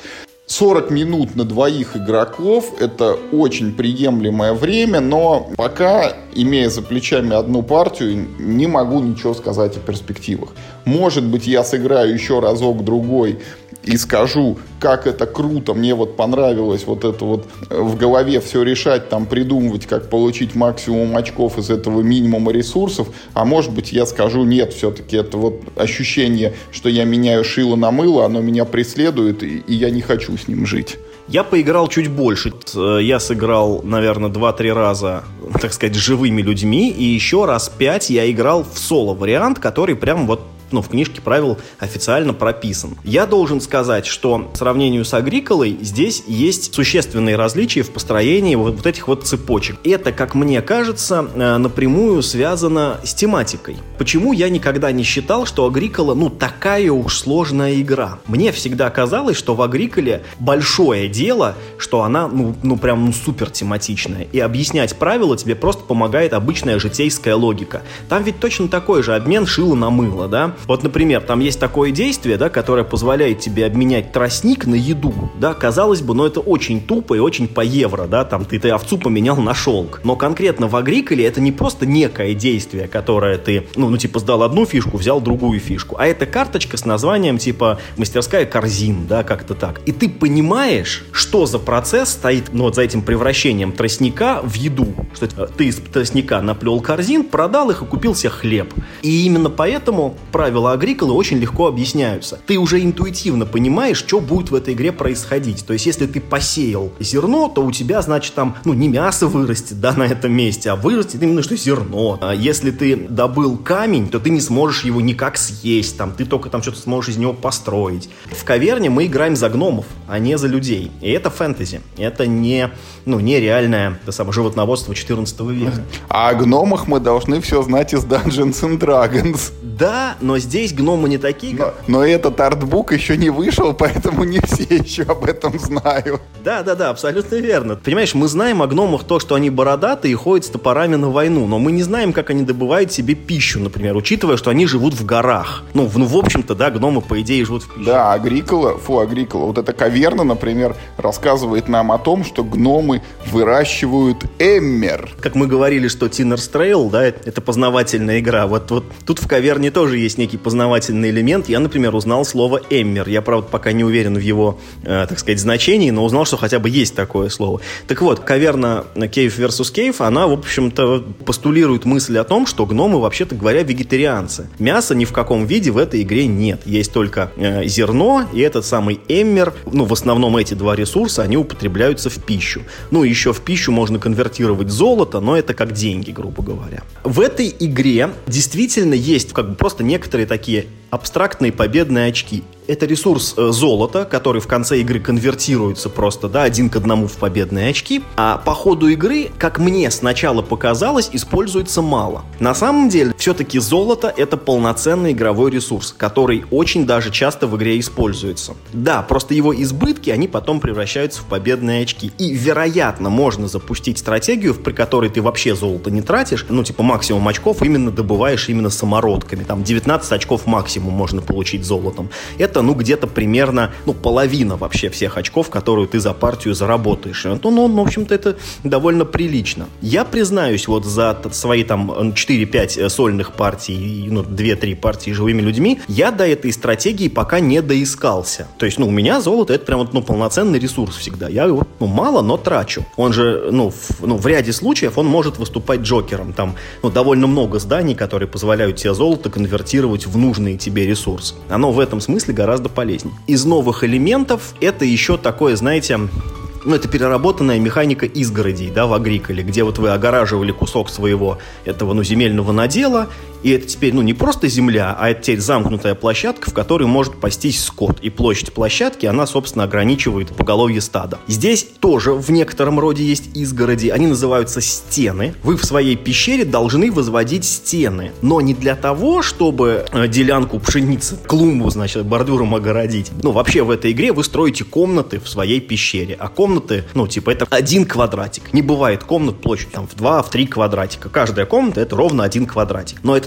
сорок минут на двоих игроков — это очень приемлемое время, но пока, имея за плечами одну партию, не могу ничего сказать о перспективах. Может быть, я сыграю еще разок-другой и скажу, как это круто, мне вот понравилось вот это вот в голове все решать, там придумывать, как получить максимум очков из этого минимума ресурсов, а может быть я скажу, нет, все-таки это вот ощущение, что я меняю шило на мыло, оно меня преследует, и, и я не хочу с ним жить. Я поиграл чуть больше. Я сыграл, наверное, два-три раза, так сказать, с живыми людьми, и еще раз пять я играл в соло-вариант, который прям вот ну, в книжке правил официально прописан. Я должен сказать, что в сравнении с Агриколой здесь есть существенные различия в построении вот, вот этих вот цепочек. Это, как мне кажется, напрямую связано с тематикой. Почему я никогда не считал, что Агрикола, ну, такая уж сложная игра? Мне всегда казалось, что в Агриколе большое дело, что она, ну, ну прям ну, супер тематичная. И объяснять правила тебе просто помогает обычная житейская логика. Там ведь точно такой же обмен шила на мыло, да? Вот, например, там есть такое действие, да, которое позволяет тебе обменять тростник на еду, да, казалось бы, но это очень тупо и очень по евро, да, там ты, ты овцу поменял на шелк, но конкретно в Агриколе это не просто некое действие, которое ты, ну, ну, типа, сдал одну фишку, взял другую фишку, а это карточка с названием, типа, мастерская корзин, да, как-то так, и ты понимаешь, что за процесс стоит, ну, вот за этим превращением тростника в еду, что ты из тростника наплел корзин, продал их и купил себе хлеб, и именно поэтому правила Агриколы очень легко объясняются. Ты уже интуитивно понимаешь, что будет в этой игре происходить. То есть, если ты посеял зерно, то у тебя, значит, там, ну, не мясо вырастет, да, на этом месте, а вырастет именно что зерно. А если ты добыл камень, то ты не сможешь его никак съесть, там, ты только там что-то сможешь из него построить. В Каверне мы играем за гномов, а не за людей. И это фэнтези. Это не, ну, не реальное, это самое, животноводство четырнадцатого века. А о гномах мы должны все знать из Dungeons and Dragons. Да, но здесь гномы не такие, как... Но, но этот артбук еще не вышел, поэтому не все еще об этом знают. Да-да-да, абсолютно верно. Понимаешь, мы знаем о гномах то, что они бородатые и ходят с топорами на войну, но мы не знаем, как они добывают себе пищу, например, учитывая, что они живут в горах. Ну, в, ну, в общем-то, да, гномы, по идее, живут в пище. Да, Агрикола, фу, Агрикола, вот эта Каверна, например, рассказывает нам о том, что гномы выращивают эммер. Как мы говорили, что Tinner's Trail, да, это познавательная игра. Вот, вот тут в Каверне тоже есть некий познавательный элемент. Я, например, узнал слово «эммер». Я, правда, пока не уверен в его, э, так сказать, значении, но узнал, что хотя бы есть такое слово. Так вот, Каверна Cave versus Cave, она, в общем-то, постулирует мысль о том, что гномы, вообще-то говоря, вегетарианцы. Мяса ни в каком виде в этой игре нет. Есть только э, зерно и этот самый эммер. Ну, в основном эти два ресурса, они употребляются в пищу. Ну, еще в пищу можно конвертировать золото, но это как деньги, грубо говоря. В этой игре действительно есть как бы просто некоторые такие абстрактные победные очки. Это ресурс э, золота, который в конце игры конвертируется просто, да, один к одному в победные очки. А по ходу игры, как мне сначала показалось, используется мало. На самом деле, все-таки золото — это полноценный игровой ресурс, который очень даже часто в игре используется. Да, просто его избытки, они потом превращаются в победные очки. И, вероятно, можно запустить стратегию, при которой ты вообще золото не тратишь, ну, типа максимум очков именно добываешь именно самородками. Там девятнадцать очков максимум можно получить золотом. Это, ну, где-то примерно, ну, половина вообще всех очков, которые ты за партию заработаешь. Ну, ну, в общем-то, это довольно прилично. Я признаюсь, вот за свои там четыре-пять сольных партий, ну, две-три партии живыми людьми, я до этой стратегии пока не доискался. То есть, ну, у меня золото — это прям, ну, полноценный ресурс всегда. Я его, ну, мало, но трачу. Он же, ну, в, ну, в ряде случаев он может выступать джокером. Там, ну, довольно много зданий, которые позволяют тебе золото конвертировать в нужные тебе ресурсы. Оно в этом смысле гораздо полезнее. Из новых элементов это еще такое, знаете, ну, это переработанная механика изгородей, да, в Агриколе, где вот вы огораживали кусок своего этого, ну, земельного надела, и это теперь, ну, не просто земля, а это теперь замкнутая площадка, в которой может пастись скот. И площадь площадки, она, собственно, ограничивает поголовье стада. Здесь тоже в некотором роде есть изгороди. Они называются стены. Вы в своей пещере должны возводить стены. Но не для того, чтобы э, делянку пшеницы, клумбу, значит, бордюром огородить. Ну, вообще в этой игре вы строите комнаты в своей пещере. А комнаты, ну, типа, это один квадратик. Не бывает комнат площадью там в два, в три квадратика. Каждая комната — это ровно один квадратик. Но это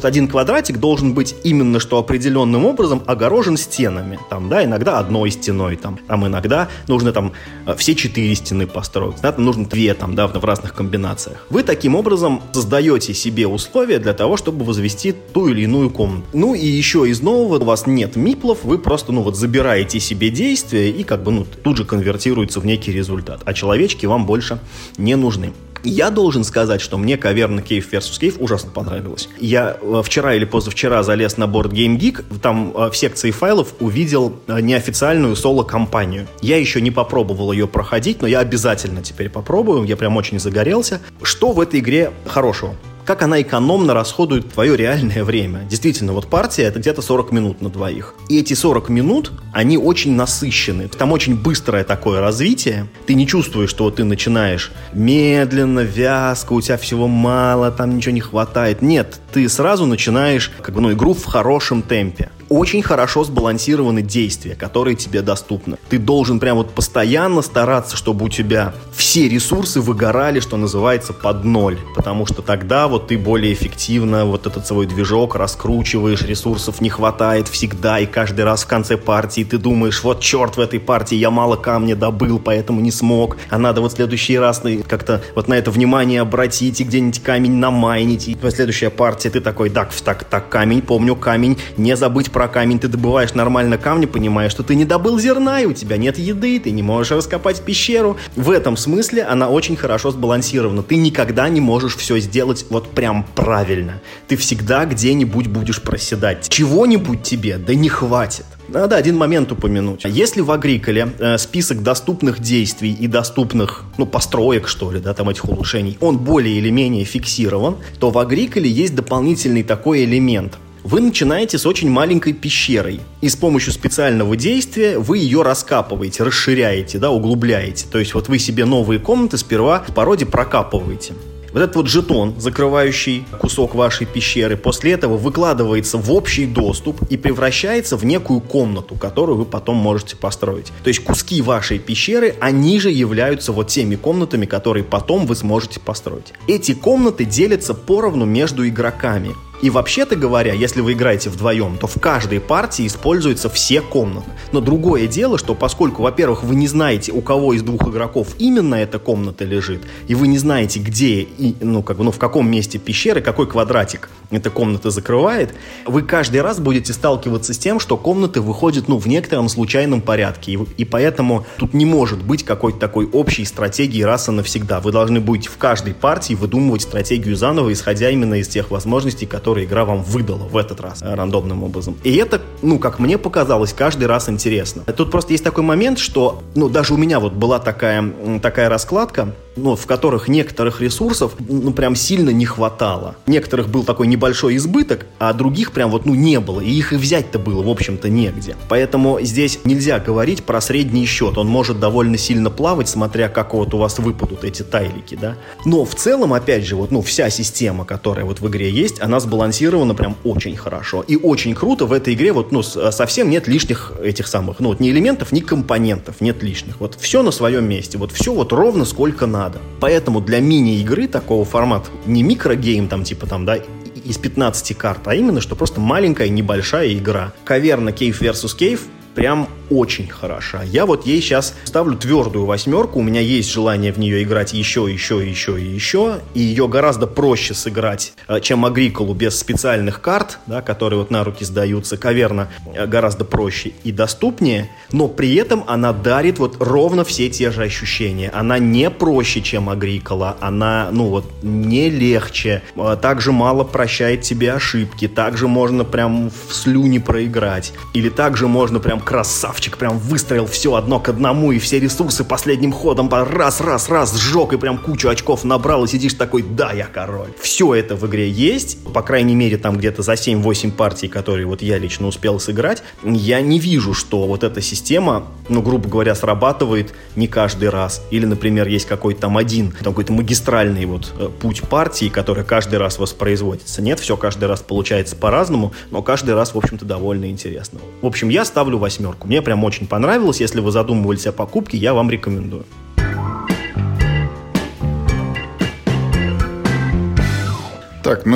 что один квадратик должен быть именно что определенным образом огорожен стенами. Там, да, иногда одной стеной, там, там иногда нужно там все четыре стены построить, да, там нужно две там, да, в разных комбинациях. Вы таким образом создаете себе условия для того, чтобы возвести ту или иную комнату. Ну и еще из нового, у вас нет миплов, вы просто, ну вот, забираете себе действия и как бы, ну, тут же конвертируется в некий результат. А человечки вам больше не нужны. Я должен сказать, что мне Каверна Cave versus. Cave ужасно понравилось. Я вчера или позавчера залез на Board Game Geek, там в секции файлов увидел неофициальную соло-кампанию. Я еще не попробовал ее проходить, но я обязательно теперь попробую, я прям очень загорелся. Что в этой игре хорошего? Как она экономно расходует твое реальное время. Действительно, вот партия — это где-то сорок минут на двоих. И эти сорок минут, они очень насыщены. Там очень быстрое такое развитие. Ты не чувствуешь, что ты начинаешь медленно, вязко, у тебя всего мало, там ничего не хватает. Нет, ты сразу начинаешь как бы, ну, игру в хорошем темпе. Очень хорошо сбалансированы действия, которые тебе доступны. Ты должен прям вот постоянно стараться, чтобы у тебя все ресурсы выгорали, что называется, под ноль. Потому что тогда вот ты более эффективно вот этот свой движок раскручиваешь, ресурсов не хватает всегда, и каждый раз в конце партии ты думаешь, вот черт, в этой партии я мало камня добыл, поэтому не смог, а надо вот в следующий раз как-то вот на это внимание обратить и где-нибудь камень намайнить, и следующая партия ты такой, так, так, так, камень, помню, камень, не забыть про камень, ты добываешь нормально камни, понимаешь, что ты не добыл зерна, и у тебя нет еды, ты не можешь раскопать пещеру. В этом смысле она очень хорошо сбалансирована. Ты никогда не можешь все сделать вот прям правильно. Ты всегда где-нибудь будешь проседать. Чего-нибудь тебе, да не хватит. Надо один момент упомянуть. Если в Агриколе э, список доступных действий и доступных, ну, построек, что ли, да, там этих улучшений, он более или менее фиксирован, то в Агриколе есть дополнительный такой элемент. Вы начинаете с очень маленькой пещерой, и с помощью специального действия вы ее раскапываете, расширяете, да, углубляете. То есть вот вы себе новые комнаты сперва в породе прокапываете. Вот этот вот жетон, закрывающий кусок вашей пещеры, после этого выкладывается в общий доступ и превращается в некую комнату, которую вы потом можете построить. То есть куски вашей пещеры, они же являются вот теми комнатами, которые потом вы сможете построить. Эти комнаты делятся поровну между игроками. И вообще-то говоря, если вы играете вдвоем, то в каждой партии используются все комнаты. Но другое дело, что поскольку, во-первых, вы не знаете, у кого из двух игроков именно эта комната лежит, и вы не знаете, где, и, ну, как бы, ну, в каком месте пещеры, какой квадратик эта комната закрывает, вы каждый раз будете сталкиваться с тем, что комнаты выходят, ну, в некотором случайном порядке. И, и поэтому тут не может быть какой-то такой общей стратегии раз и навсегда. Вы должны будете в каждой партии выдумывать стратегию заново, исходя именно из тех возможностей, которые игра вам выдала в этот раз рандомным образом. И это, ну, как мне показалось, каждый раз интересно. Тут просто есть такой момент, что, ну, даже у меня вот была такая, такая раскладка, ну, в которых некоторых ресурсов, ну, прям сильно не хватало. Некоторых был такой небольшой избыток, а других прям вот, ну, не было. И их и взять-то было, в общем-то, негде. Поэтому здесь нельзя говорить про средний счет. Он может довольно сильно плавать, смотря как вот у вас выпадут эти тайлики, да. Но в целом, опять же, вот, ну, вся система, которая вот в игре есть, она сбалансирована прям очень хорошо. И очень круто в этой игре вот, ну, совсем нет лишних этих самых, ну, вот ни элементов, ни компонентов нет лишних. Вот все на своем месте. Вот все вот ровно сколько надо. Поэтому для мини-игры такого формата, не микрогейм там типа там, да, из пятнадцати карт, а именно, что просто маленькая небольшая игра. Каверна Cave versus. Cave прям очень хороша. Я вот ей сейчас ставлю твердую восьмерку. У меня есть желание в нее играть еще, еще, еще и еще. И ее гораздо проще сыграть, чем Агриколу без специальных карт, да, которые вот на руки сдаются. Каверна гораздо проще и доступнее, но при этом она дарит вот ровно все те же ощущения. Она не проще, чем Агрикола. Она, ну вот, не легче. Также мало прощает тебе ошибки. Также можно прям в слюни проиграть. Или также можно прям красавчик, прям выстроил все одно к одному, и все ресурсы последним ходом раз, раз, раз сжег, и прям кучу очков набрал, и сидишь такой, да, я король. Все это в игре есть, по крайней мере, там где-то за семь-восемь партий, которые вот я лично успел сыграть, я не вижу, что вот эта система, ну, грубо говоря, срабатывает не каждый раз. Или, например, есть какой-то там один, там какой-то магистральный вот путь партии, который каждый раз воспроизводится. Нет, все каждый раз получается по-разному, но каждый раз, в общем-то, довольно интересно. В общем, я ставлю восемь. Восьмерку. Мне прям очень понравилось. Если вы задумывались о покупке, я вам рекомендую. Так, ну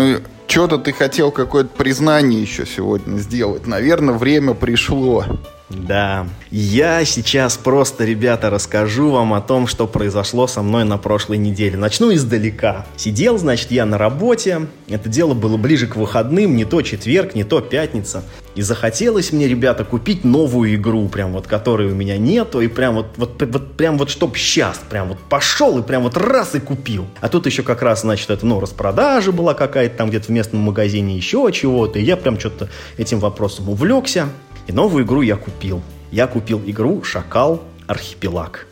Что-то ты хотел какое-то признание еще сегодня сделать. Наверное, время пришло. Да, я сейчас просто, ребята, расскажу вам о том, что произошло со мной на прошлой неделе. Начну издалека. Сидел, значит, я на работе. Это дело было ближе к выходным, не то четверг, не то пятница. И захотелось мне, ребята, купить новую игру, прям вот, которой у меня нету. И прям вот, вот, вот прям вот, чтоб сейчас, прям вот пошел и прям вот раз и купил. А тут еще как раз, значит, это, ну, распродажа была какая-то там где-то в местном магазине, еще чего-то. И я прям что-то этим вопросом увлекся. И новую игру я купил. Я купил игру «Шакал. Архипелаг».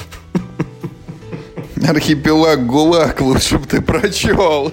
Архипелаг ГУЛАГ лучше бы ты прочел.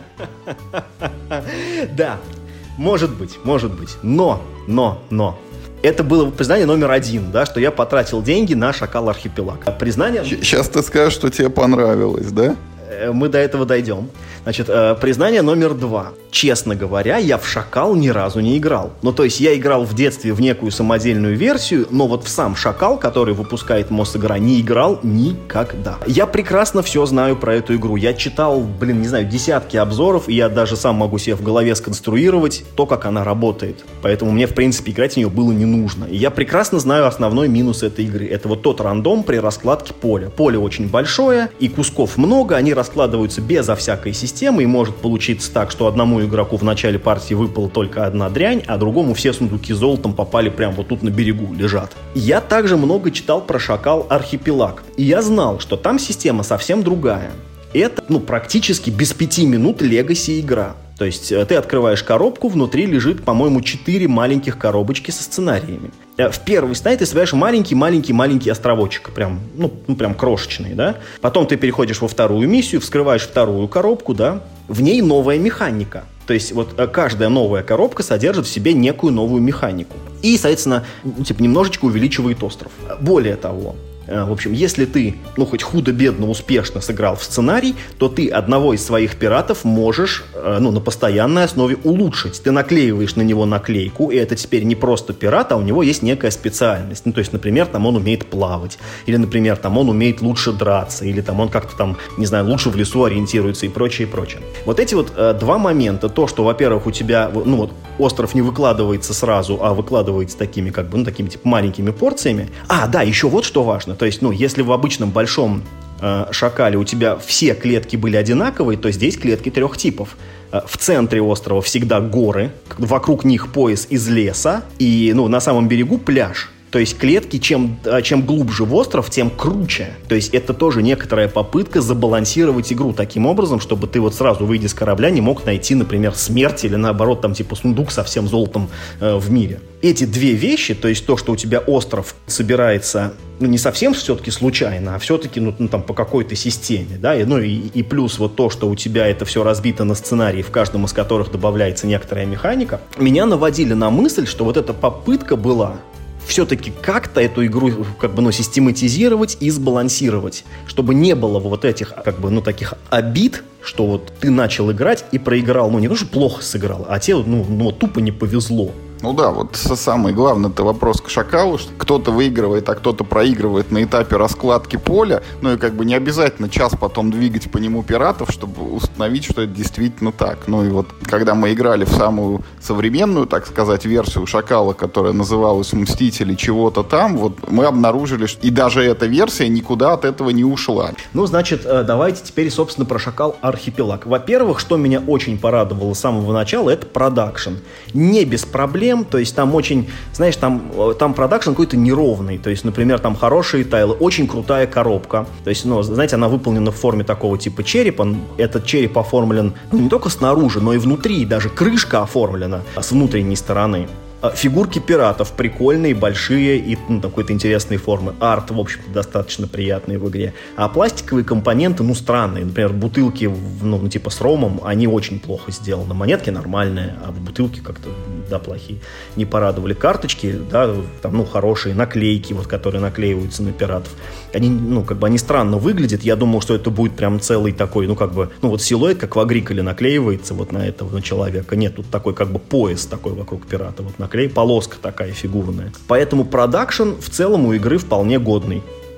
Да, может быть, может быть. Но, но, но. Это было признание номер один, да, что я потратил деньги на «Шакал. Архипелаг». А признание... Сейчас ты скажешь, что тебе понравилось, да? Мы до этого дойдем. Значит, э, признание номер два. Честно говоря, я в «Шакал» ни разу не играл. Ну, то есть я играл в детстве в некую самодельную версию, но вот в сам «Шакал», который выпускает Мосигра, не играл никогда. Я прекрасно все знаю про эту игру. Я читал, блин, не знаю, десятки обзоров, и я даже сам могу себе в голове сконструировать то, как она работает. Поэтому мне, в принципе, играть в нее было не нужно. И я прекрасно знаю основной минус этой игры. Это вот тот рандом при раскладке поля. Поле очень большое, и кусков много, они раскладываются безо всякой системы, и может получиться так, что одному игроку в начале партии выпала только одна дрянь, а другому все сундуки золотом попали прямо вот тут на берегу, лежат. Я также много читал про «Шакал. Архипелаг», и я знал, что там система совсем другая. Это, ну, практически без пяти минут легаси игра. То есть ты открываешь коробку, внутри лежит, по-моему, четыре маленьких коробочки со сценариями. В первой стадии ты собираешь маленький-маленький-маленький островочек, прям, ну, ну, прям крошечный, да. Потом ты переходишь во вторую миссию, вскрываешь вторую коробку, да. В ней новая механика. То есть вот каждая новая коробка содержит в себе некую новую механику. И, соответственно, ну, типа, немножечко увеличивает остров. Более того, в общем, если ты, ну, хоть худо-бедно успешно сыграл в сценарий, то ты одного из своих пиратов можешь, ну, на постоянной основе улучшить. Ты наклеиваешь на него наклейку, и это теперь не просто пират, а у него есть некая специальность. Ну, то есть, например, там он умеет плавать, или, например, там он умеет лучше драться, или там он как-то там, не знаю, лучше в лесу ориентируется и прочее, и прочее. Вот эти вот э, два момента, то, что, во-первых, у тебя, ну, вот, остров не выкладывается сразу, а выкладывается такими, как бы, ну, такими, типа, маленькими порциями. А, да, еще вот что важно. То есть, ну, если в обычном большом э, «Шакале» у тебя все клетки были одинаковые, то здесь клетки трех типов. Э, в центре острова всегда горы, вокруг них пояс из леса, и, ну, на самом берегу пляж. То есть клетки, чем, чем глубже в остров, тем круче. То есть это тоже некоторая попытка забалансировать игру таким образом, чтобы ты вот сразу, выйдя с корабля, не мог найти, например, смерть или, наоборот, там типа сундук со всем золотом э, в мире. Эти две вещи, то есть то, что у тебя остров собирается, ну, не совсем все-таки случайно, а все-таки, ну, ну там, по какой-то системе, да, и, ну, и, и плюс вот то, что у тебя это все разбито на сценарии, в каждом из которых добавляется некоторая механика, меня наводили на мысль, что вот эта попытка была все-таки как-то эту игру как бы, ну, систематизировать и сбалансировать, чтобы не было вот этих, как бы, ну, таких обид, что вот ты начал играть и проиграл, ну, не то, что плохо сыграл, а тебе, ну, ну тупо не повезло. Ну да, вот самый главный это вопрос к «Шакалу», что кто-то выигрывает, а кто-то проигрывает на этапе раскладки поля, ну и как бы не обязательно час потом двигать по нему пиратов, чтобы установить, что это действительно так. Ну и вот когда мы играли в самую современную, так сказать, версию «Шакала», которая называлась «Мстители чего-то там», вот мы обнаружили, что и даже эта версия никуда от этого не ушла. Ну, значит, давайте теперь, собственно, про «Шакал. Архипелаг». Во-первых, что меня очень порадовало с самого начала, это продакшн. Не без проблем. То есть там очень, знаешь, там, там продакшн какой-то неровный. То есть, например, там хорошие тайлы, очень крутая коробка. То есть, ну, знаете, она выполнена в форме такого типа черепа. Этот череп оформлен, ну, не только снаружи, но и внутри. Даже крышка оформлена с внутренней стороны. Фигурки пиратов прикольные, большие и, ну, какой-то интересной формы. Арт, в общем-то, достаточно приятный в игре. А пластиковые компоненты, ну, странные. Например, бутылки, ну, типа с ромом, они очень плохо сделаны. Монетки нормальные, а бутылки как-то, да, плохие. Не порадовали. Карточки, да, там, ну, хорошие. Наклейки, вот, которые наклеиваются на пиратов. Они, ну, как бы, они странно выглядят. Я думал, что это будет прям целый такой, ну, как бы, ну, вот силуэт, как в Агриколе наклеивается вот на этого, на человека. Нет, тут такой, как бы, пояс такой вокруг пирата, вот, наклеивается. Полоска такая фигурная. Поэтому продакшн в целом у игры вполне годный.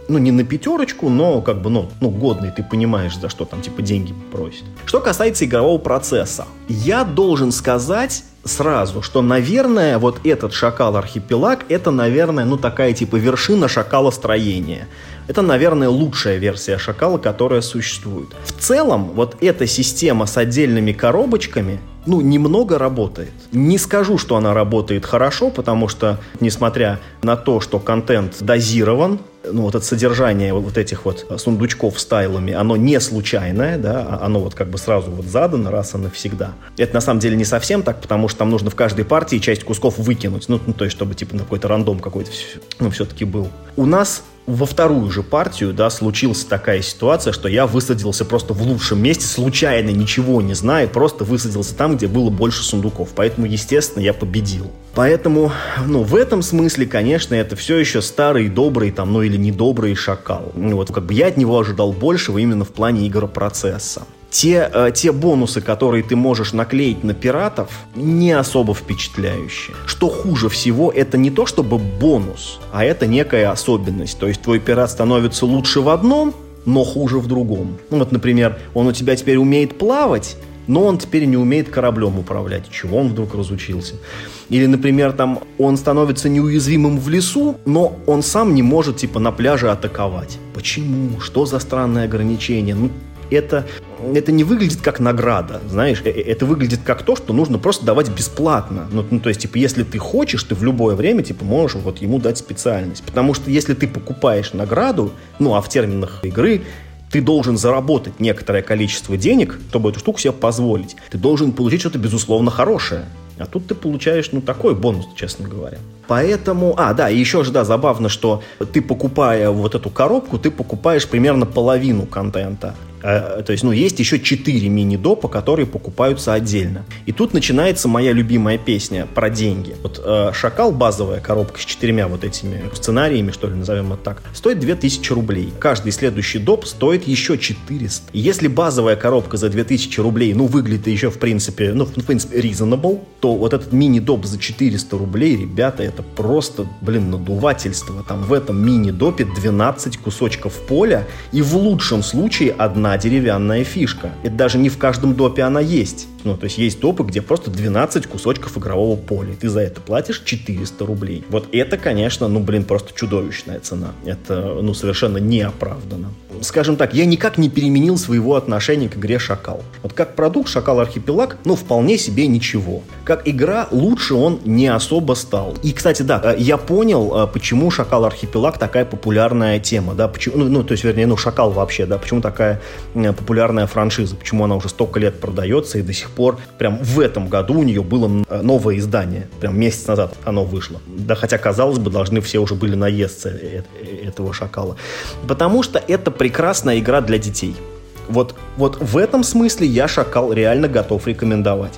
ну, не на пятерочку, но как бы, ну, ну, годный, ты понимаешь, за что там, типа, деньги просят. Что касается игрового процесса, я должен сказать сразу, что, наверное, вот этот шакал-архипелаг, это, наверное, ну, такая, типа, вершина шакалостроения. Это, наверное, лучшая версия шакала, которая существует. В целом, вот эта система с отдельными коробочками, ну, немного работает. Не скажу, что она работает хорошо, потому что, несмотря на то, что контент дозирован, ну, вот это содержание вот этих вот сундучков с тайлами, оно не случайное, да, оно вот как бы сразу вот задано раз и навсегда. Это на самом деле не совсем так, потому что там нужно в каждой партии часть кусков выкинуть, ну, ну то есть, чтобы типа на какой-то рандом какой-то, ну, все-таки был. У нас во вторую же партию, да, случилась такая ситуация, что я высадился просто в лучшем месте, случайно, ничего не зная, просто высадился там, где было больше сундуков. Поэтому, естественно, я победил. Поэтому, ну, в этом смысле, конечно, это все еще старый, добрый, там, ну, или недобрый шакал. Ну, вот, как бы я от него ожидал большего именно в плане игропроцесса. Те, э, те бонусы, которые ты можешь наклеить на пиратов, не особо впечатляющие. Что хуже всего, это не то чтобы бонус, а это некая особенность. То есть твой пират становится лучше в одном, но хуже в другом. Ну вот, например, он у тебя теперь умеет плавать, но он теперь не умеет кораблем управлять. Чего он вдруг разучился? Или, например, там он становится неуязвимым в лесу, но он сам не может, типа, на пляже атаковать. Почему? Что за странное ограничение? Ну, это, это не выглядит как награда, знаешь, это выглядит как то, что нужно просто давать бесплатно. Ну, ну, то есть, типа, если ты хочешь, ты в любое время, типа, можешь вот ему дать специальность. Потому что если ты покупаешь награду, ну, а в терминах игры ты должен заработать некоторое количество денег, чтобы эту штуку себе позволить. Ты должен получить что-то, безусловно, хорошее. А тут ты получаешь, ну, такой бонус, честно говоря. Поэтому... А, да, и еще же, да, забавно, что ты, покупая вот эту коробку, ты покупаешь примерно половину контента. А, то есть, ну, есть еще четыре мини-допа, которые покупаются отдельно. И тут начинается моя любимая песня про деньги. Вот э, «Шакал», базовая коробка с четырьмя вот этими сценариями, что ли, назовем это так, стоит две тысячи рублей. Каждый следующий доп стоит еще четыреста. И если базовая коробка за две тысячи рублей, ну, выглядит еще, в принципе, ну, в принципе, reasonable, то вот этот мини-доп за четыреста рублей, ребята, это просто, блин, надувательство. Там в этом мини-допе двенадцать кусочков поля и в лучшем случае одна деревянная фишка. Это даже не в каждом допе она есть. Ну, то есть есть допы, где просто двенадцать кусочков игрового поля. И ты за это платишь четыреста рублей. Вот это, конечно, ну, блин, просто чудовищная цена. Это, ну, совершенно неоправданно. Скажем так, я никак не переменил своего отношения к игре «Шакал». Вот как продукт «Шакал-Архипелаг», ну, вполне себе ничего. Как игра лучше он не особо стал. И, кстати, да, я понял, почему «Шакал-Архипелаг» такая популярная тема, да, почему, ну, ну, то есть, вернее, ну, «Шакал» вообще, да, почему такая популярная франшиза, почему она уже столько лет продается и до сих пор, прям в этом году у нее было новое издание, прям месяц назад оно вышло. Да, хотя, казалось бы, должны все уже были наесться этого «Шакала». Потому что это прекрасная игра для детей. Вот, вот в этом смысле я «Шакал» реально готов рекомендовать.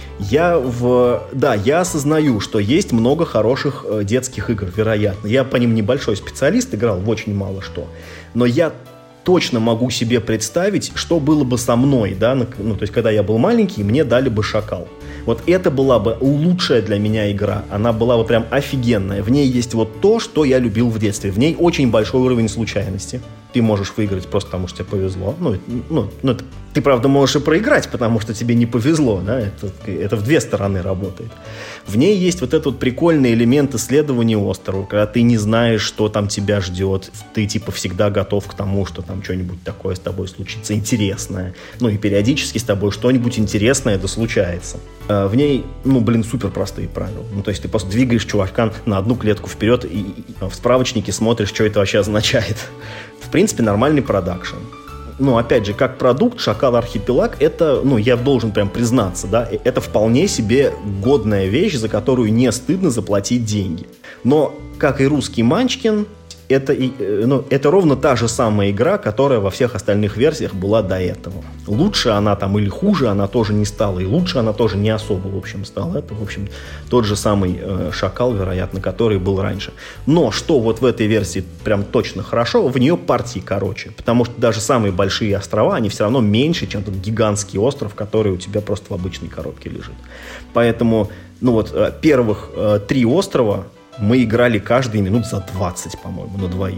Я в... Да, я осознаю, что есть много хороших э, детских игр, вероятно. Я по ним небольшой специалист, играл в очень мало что. Но я точно могу себе представить, что было бы со мной, да, ну, то есть, когда я был маленький, мне дали бы «Шакал». Вот это была бы лучшая для меня игра. Она была бы прям офигенная. В ней есть вот то, что я любил в детстве. В ней очень большой уровень случайности. Ты можешь выиграть просто потому, что тебе повезло. Ну, ну, ну это, ты, правда, можешь и проиграть, потому что тебе не повезло. Да? Это, это в две стороны работает. В ней есть вот этот вот прикольный элемент исследования острова, когда ты не знаешь, что там тебя ждет. Ты типа всегда готов к тому, что там что-нибудь такое с тобой случится интересное. Ну и периодически с тобой что-нибудь интересное да случается. В ней, ну, блин, супер простые правила. Ну, то есть ты просто двигаешь чувака на одну клетку вперед и, и в справочнике смотришь, что это вообще означает. В принципе, нормальный продакшн. Ну, опять же, как продукт, «Шакал-Архипелаг» это, ну, я должен прям признаться, да, это вполне себе годная вещь, за которую не стыдно заплатить деньги. Но, как и русский «Манчкин», это, ну, это ровно та же самая игра, которая во всех остальных версиях была до этого. Лучше она там или хуже она тоже не стала, и лучше она тоже не особо, в общем, стала. Это, в общем, тот же самый э, «Шакал», вероятно, который был раньше. Но что вот в этой версии прям точно хорошо, в нее партии короче, потому что даже самые большие острова, они все равно меньше, чем тот гигантский остров, который у тебя просто в обычной коробке лежит. Поэтому, ну вот, первых э, три острова мы играли каждый минут за двадцать, по-моему, на двоих.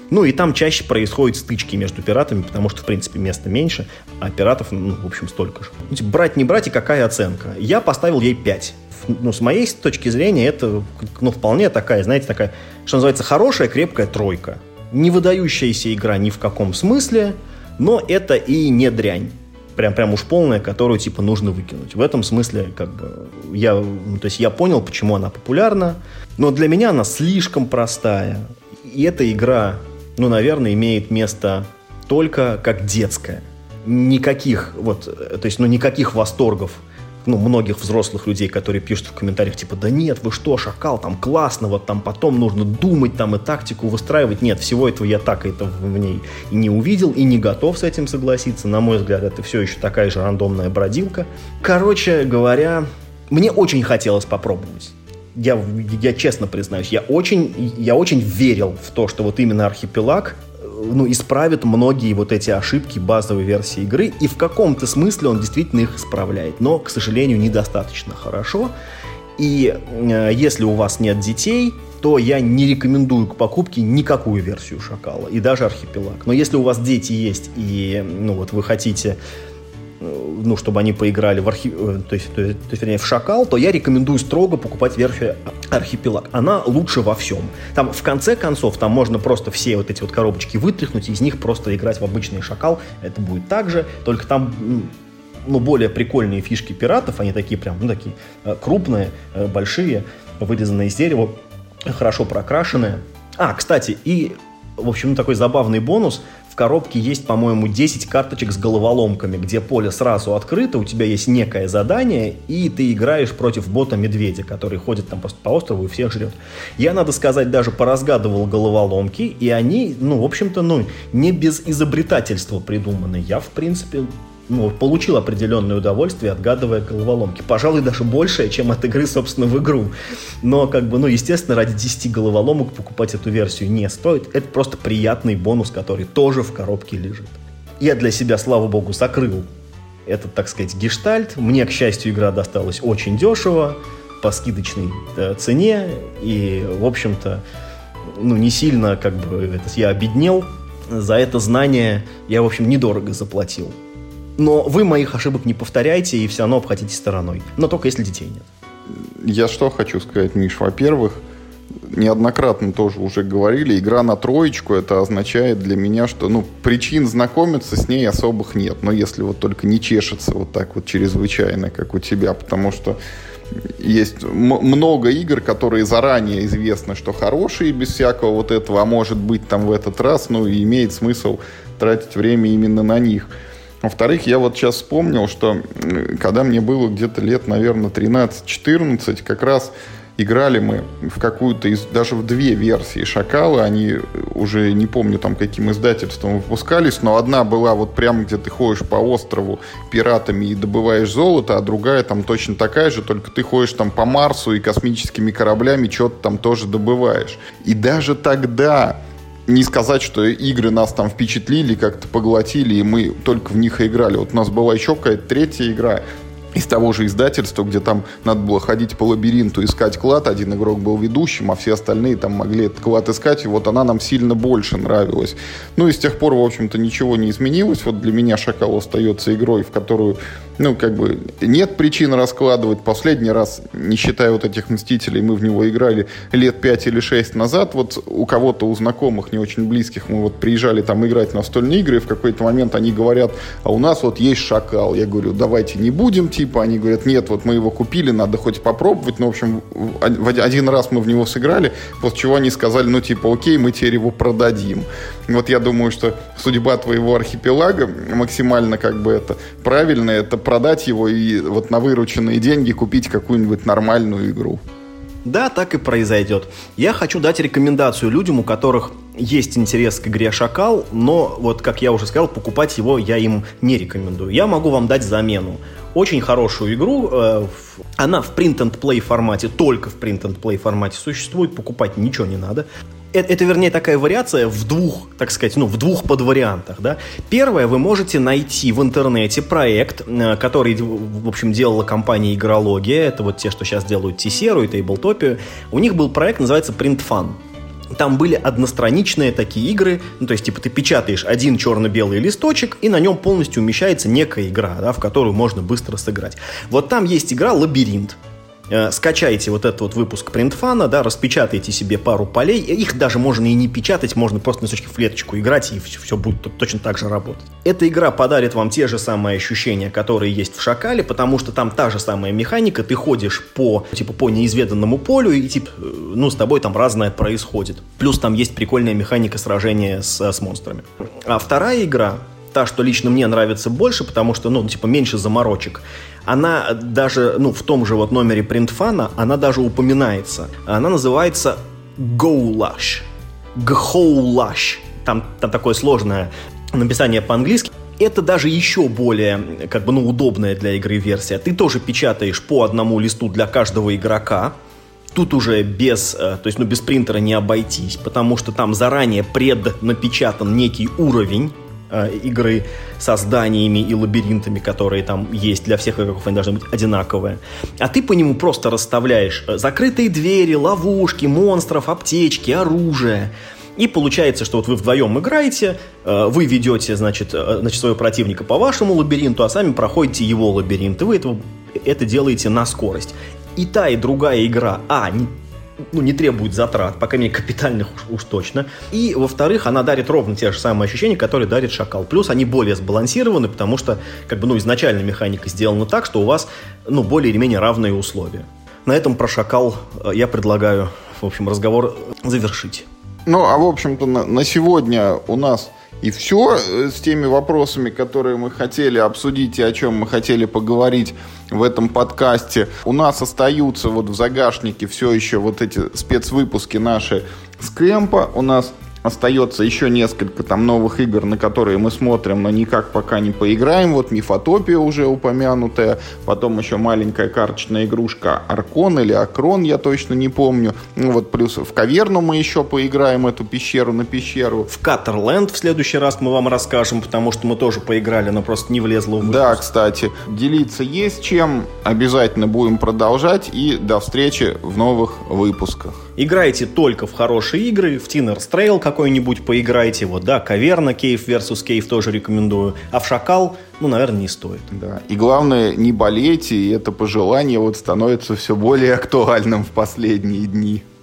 Ну и там чаще происходят стычки между пиратами, потому что, в принципе, места меньше, а пиратов, ну, в общем, столько же. Ну, типа, брать, не брать и какая оценка? Я поставил ей пять. Ну, с моей точки зрения, это, ну, вполне такая, знаете, такая, что называется, хорошая, крепкая тройка. Не выдающаяся игра ни в каком смысле, но это и не дрянь. Прям, прям уж полная, которую, типа, нужно выкинуть. В этом смысле, как бы, я, ну, то есть я понял, почему она популярна, но для меня она слишком простая. И эта игра, ну, наверное, имеет место только как детская. Никаких, вот, то есть, ну, никаких восторгов, ну, многих взрослых людей, которые пишут в комментариях, типа, да нет, вы что, Шакал, там классно, вот там потом нужно думать, там и тактику выстраивать. Нет, всего этого я так это в ней и не увидел, и не готов с этим согласиться. На мой взгляд, это все еще такая же рандомная бродилка. Короче говоря, мне очень хотелось попробовать. Я, я честно признаюсь, я очень, я очень верил в то, что вот именно Архипелаг, ну, исправит многие вот эти ошибки базовой версии игры, и в каком-то смысле он действительно их исправляет, но, к сожалению, недостаточно хорошо. И э, если у вас нет детей, то я не рекомендую к покупке никакую версию Шакала, и даже Архипелаг. Но если у вас дети есть, и, ну, вот вы хотите, ну, чтобы они поиграли в, архи... то есть, то есть, вернее, в Шакал, то я рекомендую строго покупать версию Архипелаг. Она лучше во всем. Там, в конце концов, там можно просто все вот эти вот коробочки вытряхнуть и из них просто играть в обычный Шакал. Это будет так же, только там, ну, более прикольные фишки пиратов, они такие прям, ну, такие крупные, большие, вырезанные из дерева, хорошо прокрашенные. А, кстати, и, в общем, ну, такой забавный бонус. В коробке есть, по-моему, десять карточек с головоломками, где поле сразу открыто, у тебя есть некое задание, и ты играешь против бота-медведя, который ходит там просто по острову и всех жрет. Я, надо сказать, даже поразгадывал головоломки, и они, ну, в общем-то, ну, не без изобретательства придуманы. Я, в принципе, ну, получил определенное удовольствие, отгадывая головоломки. Пожалуй, даже большее, чем от игры, собственно, в игру. Но, как бы, ну, естественно, ради десяти головоломок покупать эту версию не стоит. Это просто приятный бонус, который тоже в коробке лежит. Я для себя, слава богу, закрыл этот, так сказать, гештальт. Мне, к счастью, игра досталась очень дешево, по скидочной э, цене. И, в общем-то, ну, не сильно, как бы, это, я обеднел. За это знание я, в общем, недорого заплатил. Но вы моих ошибок не повторяйте и все равно обходите стороной. Но только если детей нет. Я что хочу сказать, Миш? Во-первых, неоднократно тоже уже говорили, игра на троечку, это означает для меня, что, ну, причин знакомиться с ней особых нет. Но если вот только не чешется вот так вот чрезвычайно, как у тебя, потому что есть м- много игр, которые заранее известно, что хорошие, без всякого вот этого, а может быть там в этот раз, ну, и имеет смысл тратить время именно на них. Во-вторых, я вот сейчас вспомнил, что когда мне было где-то лет, наверное, тринадцать-четырнадцать, как раз играли мы в какую-то из, даже в две версии Шакала, они уже не помню там каким издательством выпускались, но одна была вот прямо где ты ходишь по острову пиратами и добываешь золото, а другая там точно такая же, только ты ходишь там по Марсу и космическими кораблями что-то там тоже добываешь. И даже тогда не сказать, что игры нас там впечатлили, как-то поглотили, и мы только в них и играли. Вот у нас была еще какая-то третья игра из того же издательства, где там надо было ходить по лабиринту, искать клад. Один игрок был ведущим, а все остальные там могли этот клад искать. И вот она нам сильно больше нравилась. Ну и с тех пор, в общем-то, ничего не изменилось. Вот для меня Шакал остается игрой, в которую, ну, как бы нет причин раскладывать. Последний раз, не считая вот этих Мстителей, мы в него играли лет пять или шесть назад. Вот у кого-то, у знакомых, не очень близких, мы вот приезжали там играть в настольные игры, и в какой-то момент они говорят, а у нас вот есть Шакал. Я говорю, давайте не будем, типа. Они говорят, нет, вот мы его купили, надо хоть попробовать. Ну, в общем, один раз мы в него сыграли, после чего они сказали, ну, типа, окей, мы теперь его продадим. Вот я думаю, что судьба твоего Архипелага максимально, как бы, это правильная, это продать его и вот на вырученные деньги купить какую-нибудь нормальную игру. Да, так и произойдет. Я хочу дать рекомендацию людям, у которых есть интерес к игре Шакал, но, вот как я уже сказал, покупать его я им не рекомендую. Я могу вам дать замену. Очень хорошую игру, э, она в print-and-play формате, только в print-and-play формате существует, покупать ничего не надо. Это, это, вернее, такая вариация в двух, так сказать, ну, в двух подвариантах, да. Первое, вы можете найти в интернете проект, э, который, в общем, делала компания Игрология, это вот те, что сейчас делают Тесеру и Тейблтопию. У них был проект, называется PrintFun. там были одностраничные такие игры, ну, то есть, типа, ты печатаешь один черно-белый листочек, и на нем полностью умещается некая игра, да, в которую можно быстро сыграть. Вот там есть игра «Лабиринт». Скачайте вот этот вот выпуск Printfun, да, распечатайте себе пару полей. Их даже можно и не печатать, можно просто на листочке в клеточку играть, и все, все будет точно так же работать. Эта игра подарит вам те же самые ощущения, которые есть в «Шакале», потому что там та же самая механика, ты ходишь по, типа, по неизведанному полю, и типа, ну, с тобой там разное происходит. Плюс там есть прикольная механика сражения с, с монстрами. А вторая игра, та, что лично мне нравится больше, потому что, ну, типа, меньше заморочек, она даже, ну, в том же вот номере Printfun, она даже упоминается. Она называется Goulash. Goulash. Там, там такое сложное написание по-английски. Это даже еще более, как бы, ну, удобная для игры версия. Ты тоже печатаешь по одному листу для каждого игрока. Тут уже без, то есть, ну, без принтера не обойтись, потому что там заранее преднапечатан некий уровень игры со зданиями и лабиринтами, которые там есть для всех игроков, они должны быть одинаковые. А ты по нему просто расставляешь закрытые двери, ловушки, монстров, аптечки, оружие. И получается, что вот вы вдвоем играете, вы ведете, значит, значит, своего противника по вашему лабиринту, а сами проходите его лабиринт. И вы это, это делаете на скорость. И та, и другая игра, а, не ну, не требует затрат, пока мне капитальных уж, уж точно. И, во-вторых, она дарит ровно те же самые ощущения, которые дарит «Шакал». Плюс они более сбалансированы, потому что, как бы, ну, изначально механика сделана так, что у вас, ну, более или менее равные условия. На этом про «Шакал» я предлагаю, в общем, разговор завершить. Ну, а, в общем-то, на, на сегодня у нас и все с теми вопросами, которые мы хотели обсудить и о чем мы хотели поговорить в этом подкасте. У нас остаются вот в загашнике все еще вот эти спецвыпуски наши с кемпа. У нас остается еще несколько там новых игр, на которые мы смотрим, но никак пока не поиграем. Вот Мифотопия уже упомянутая, потом еще маленькая карточная игрушка Аркон или Акрон, я точно не помню. Ну вот плюс в Каверну мы еще поиграем, эту пещеру на пещеру. В Каттерленд в следующий раз мы вам расскажем, потому что мы тоже поиграли, но просто не влезло в выпуск. Да, кстати, делиться есть чем, обязательно будем продолжать, и до встречи в новых выпусках. Играйте только в хорошие игры, в Tinner's Trail какой-нибудь поиграйте, вот, да, Каверна, Кейв versus. Кейв тоже рекомендую, а в Шакал, ну, наверное, не стоит. Да, и главное, не болейте, и это пожелание вот становится все более актуальным в последние дни.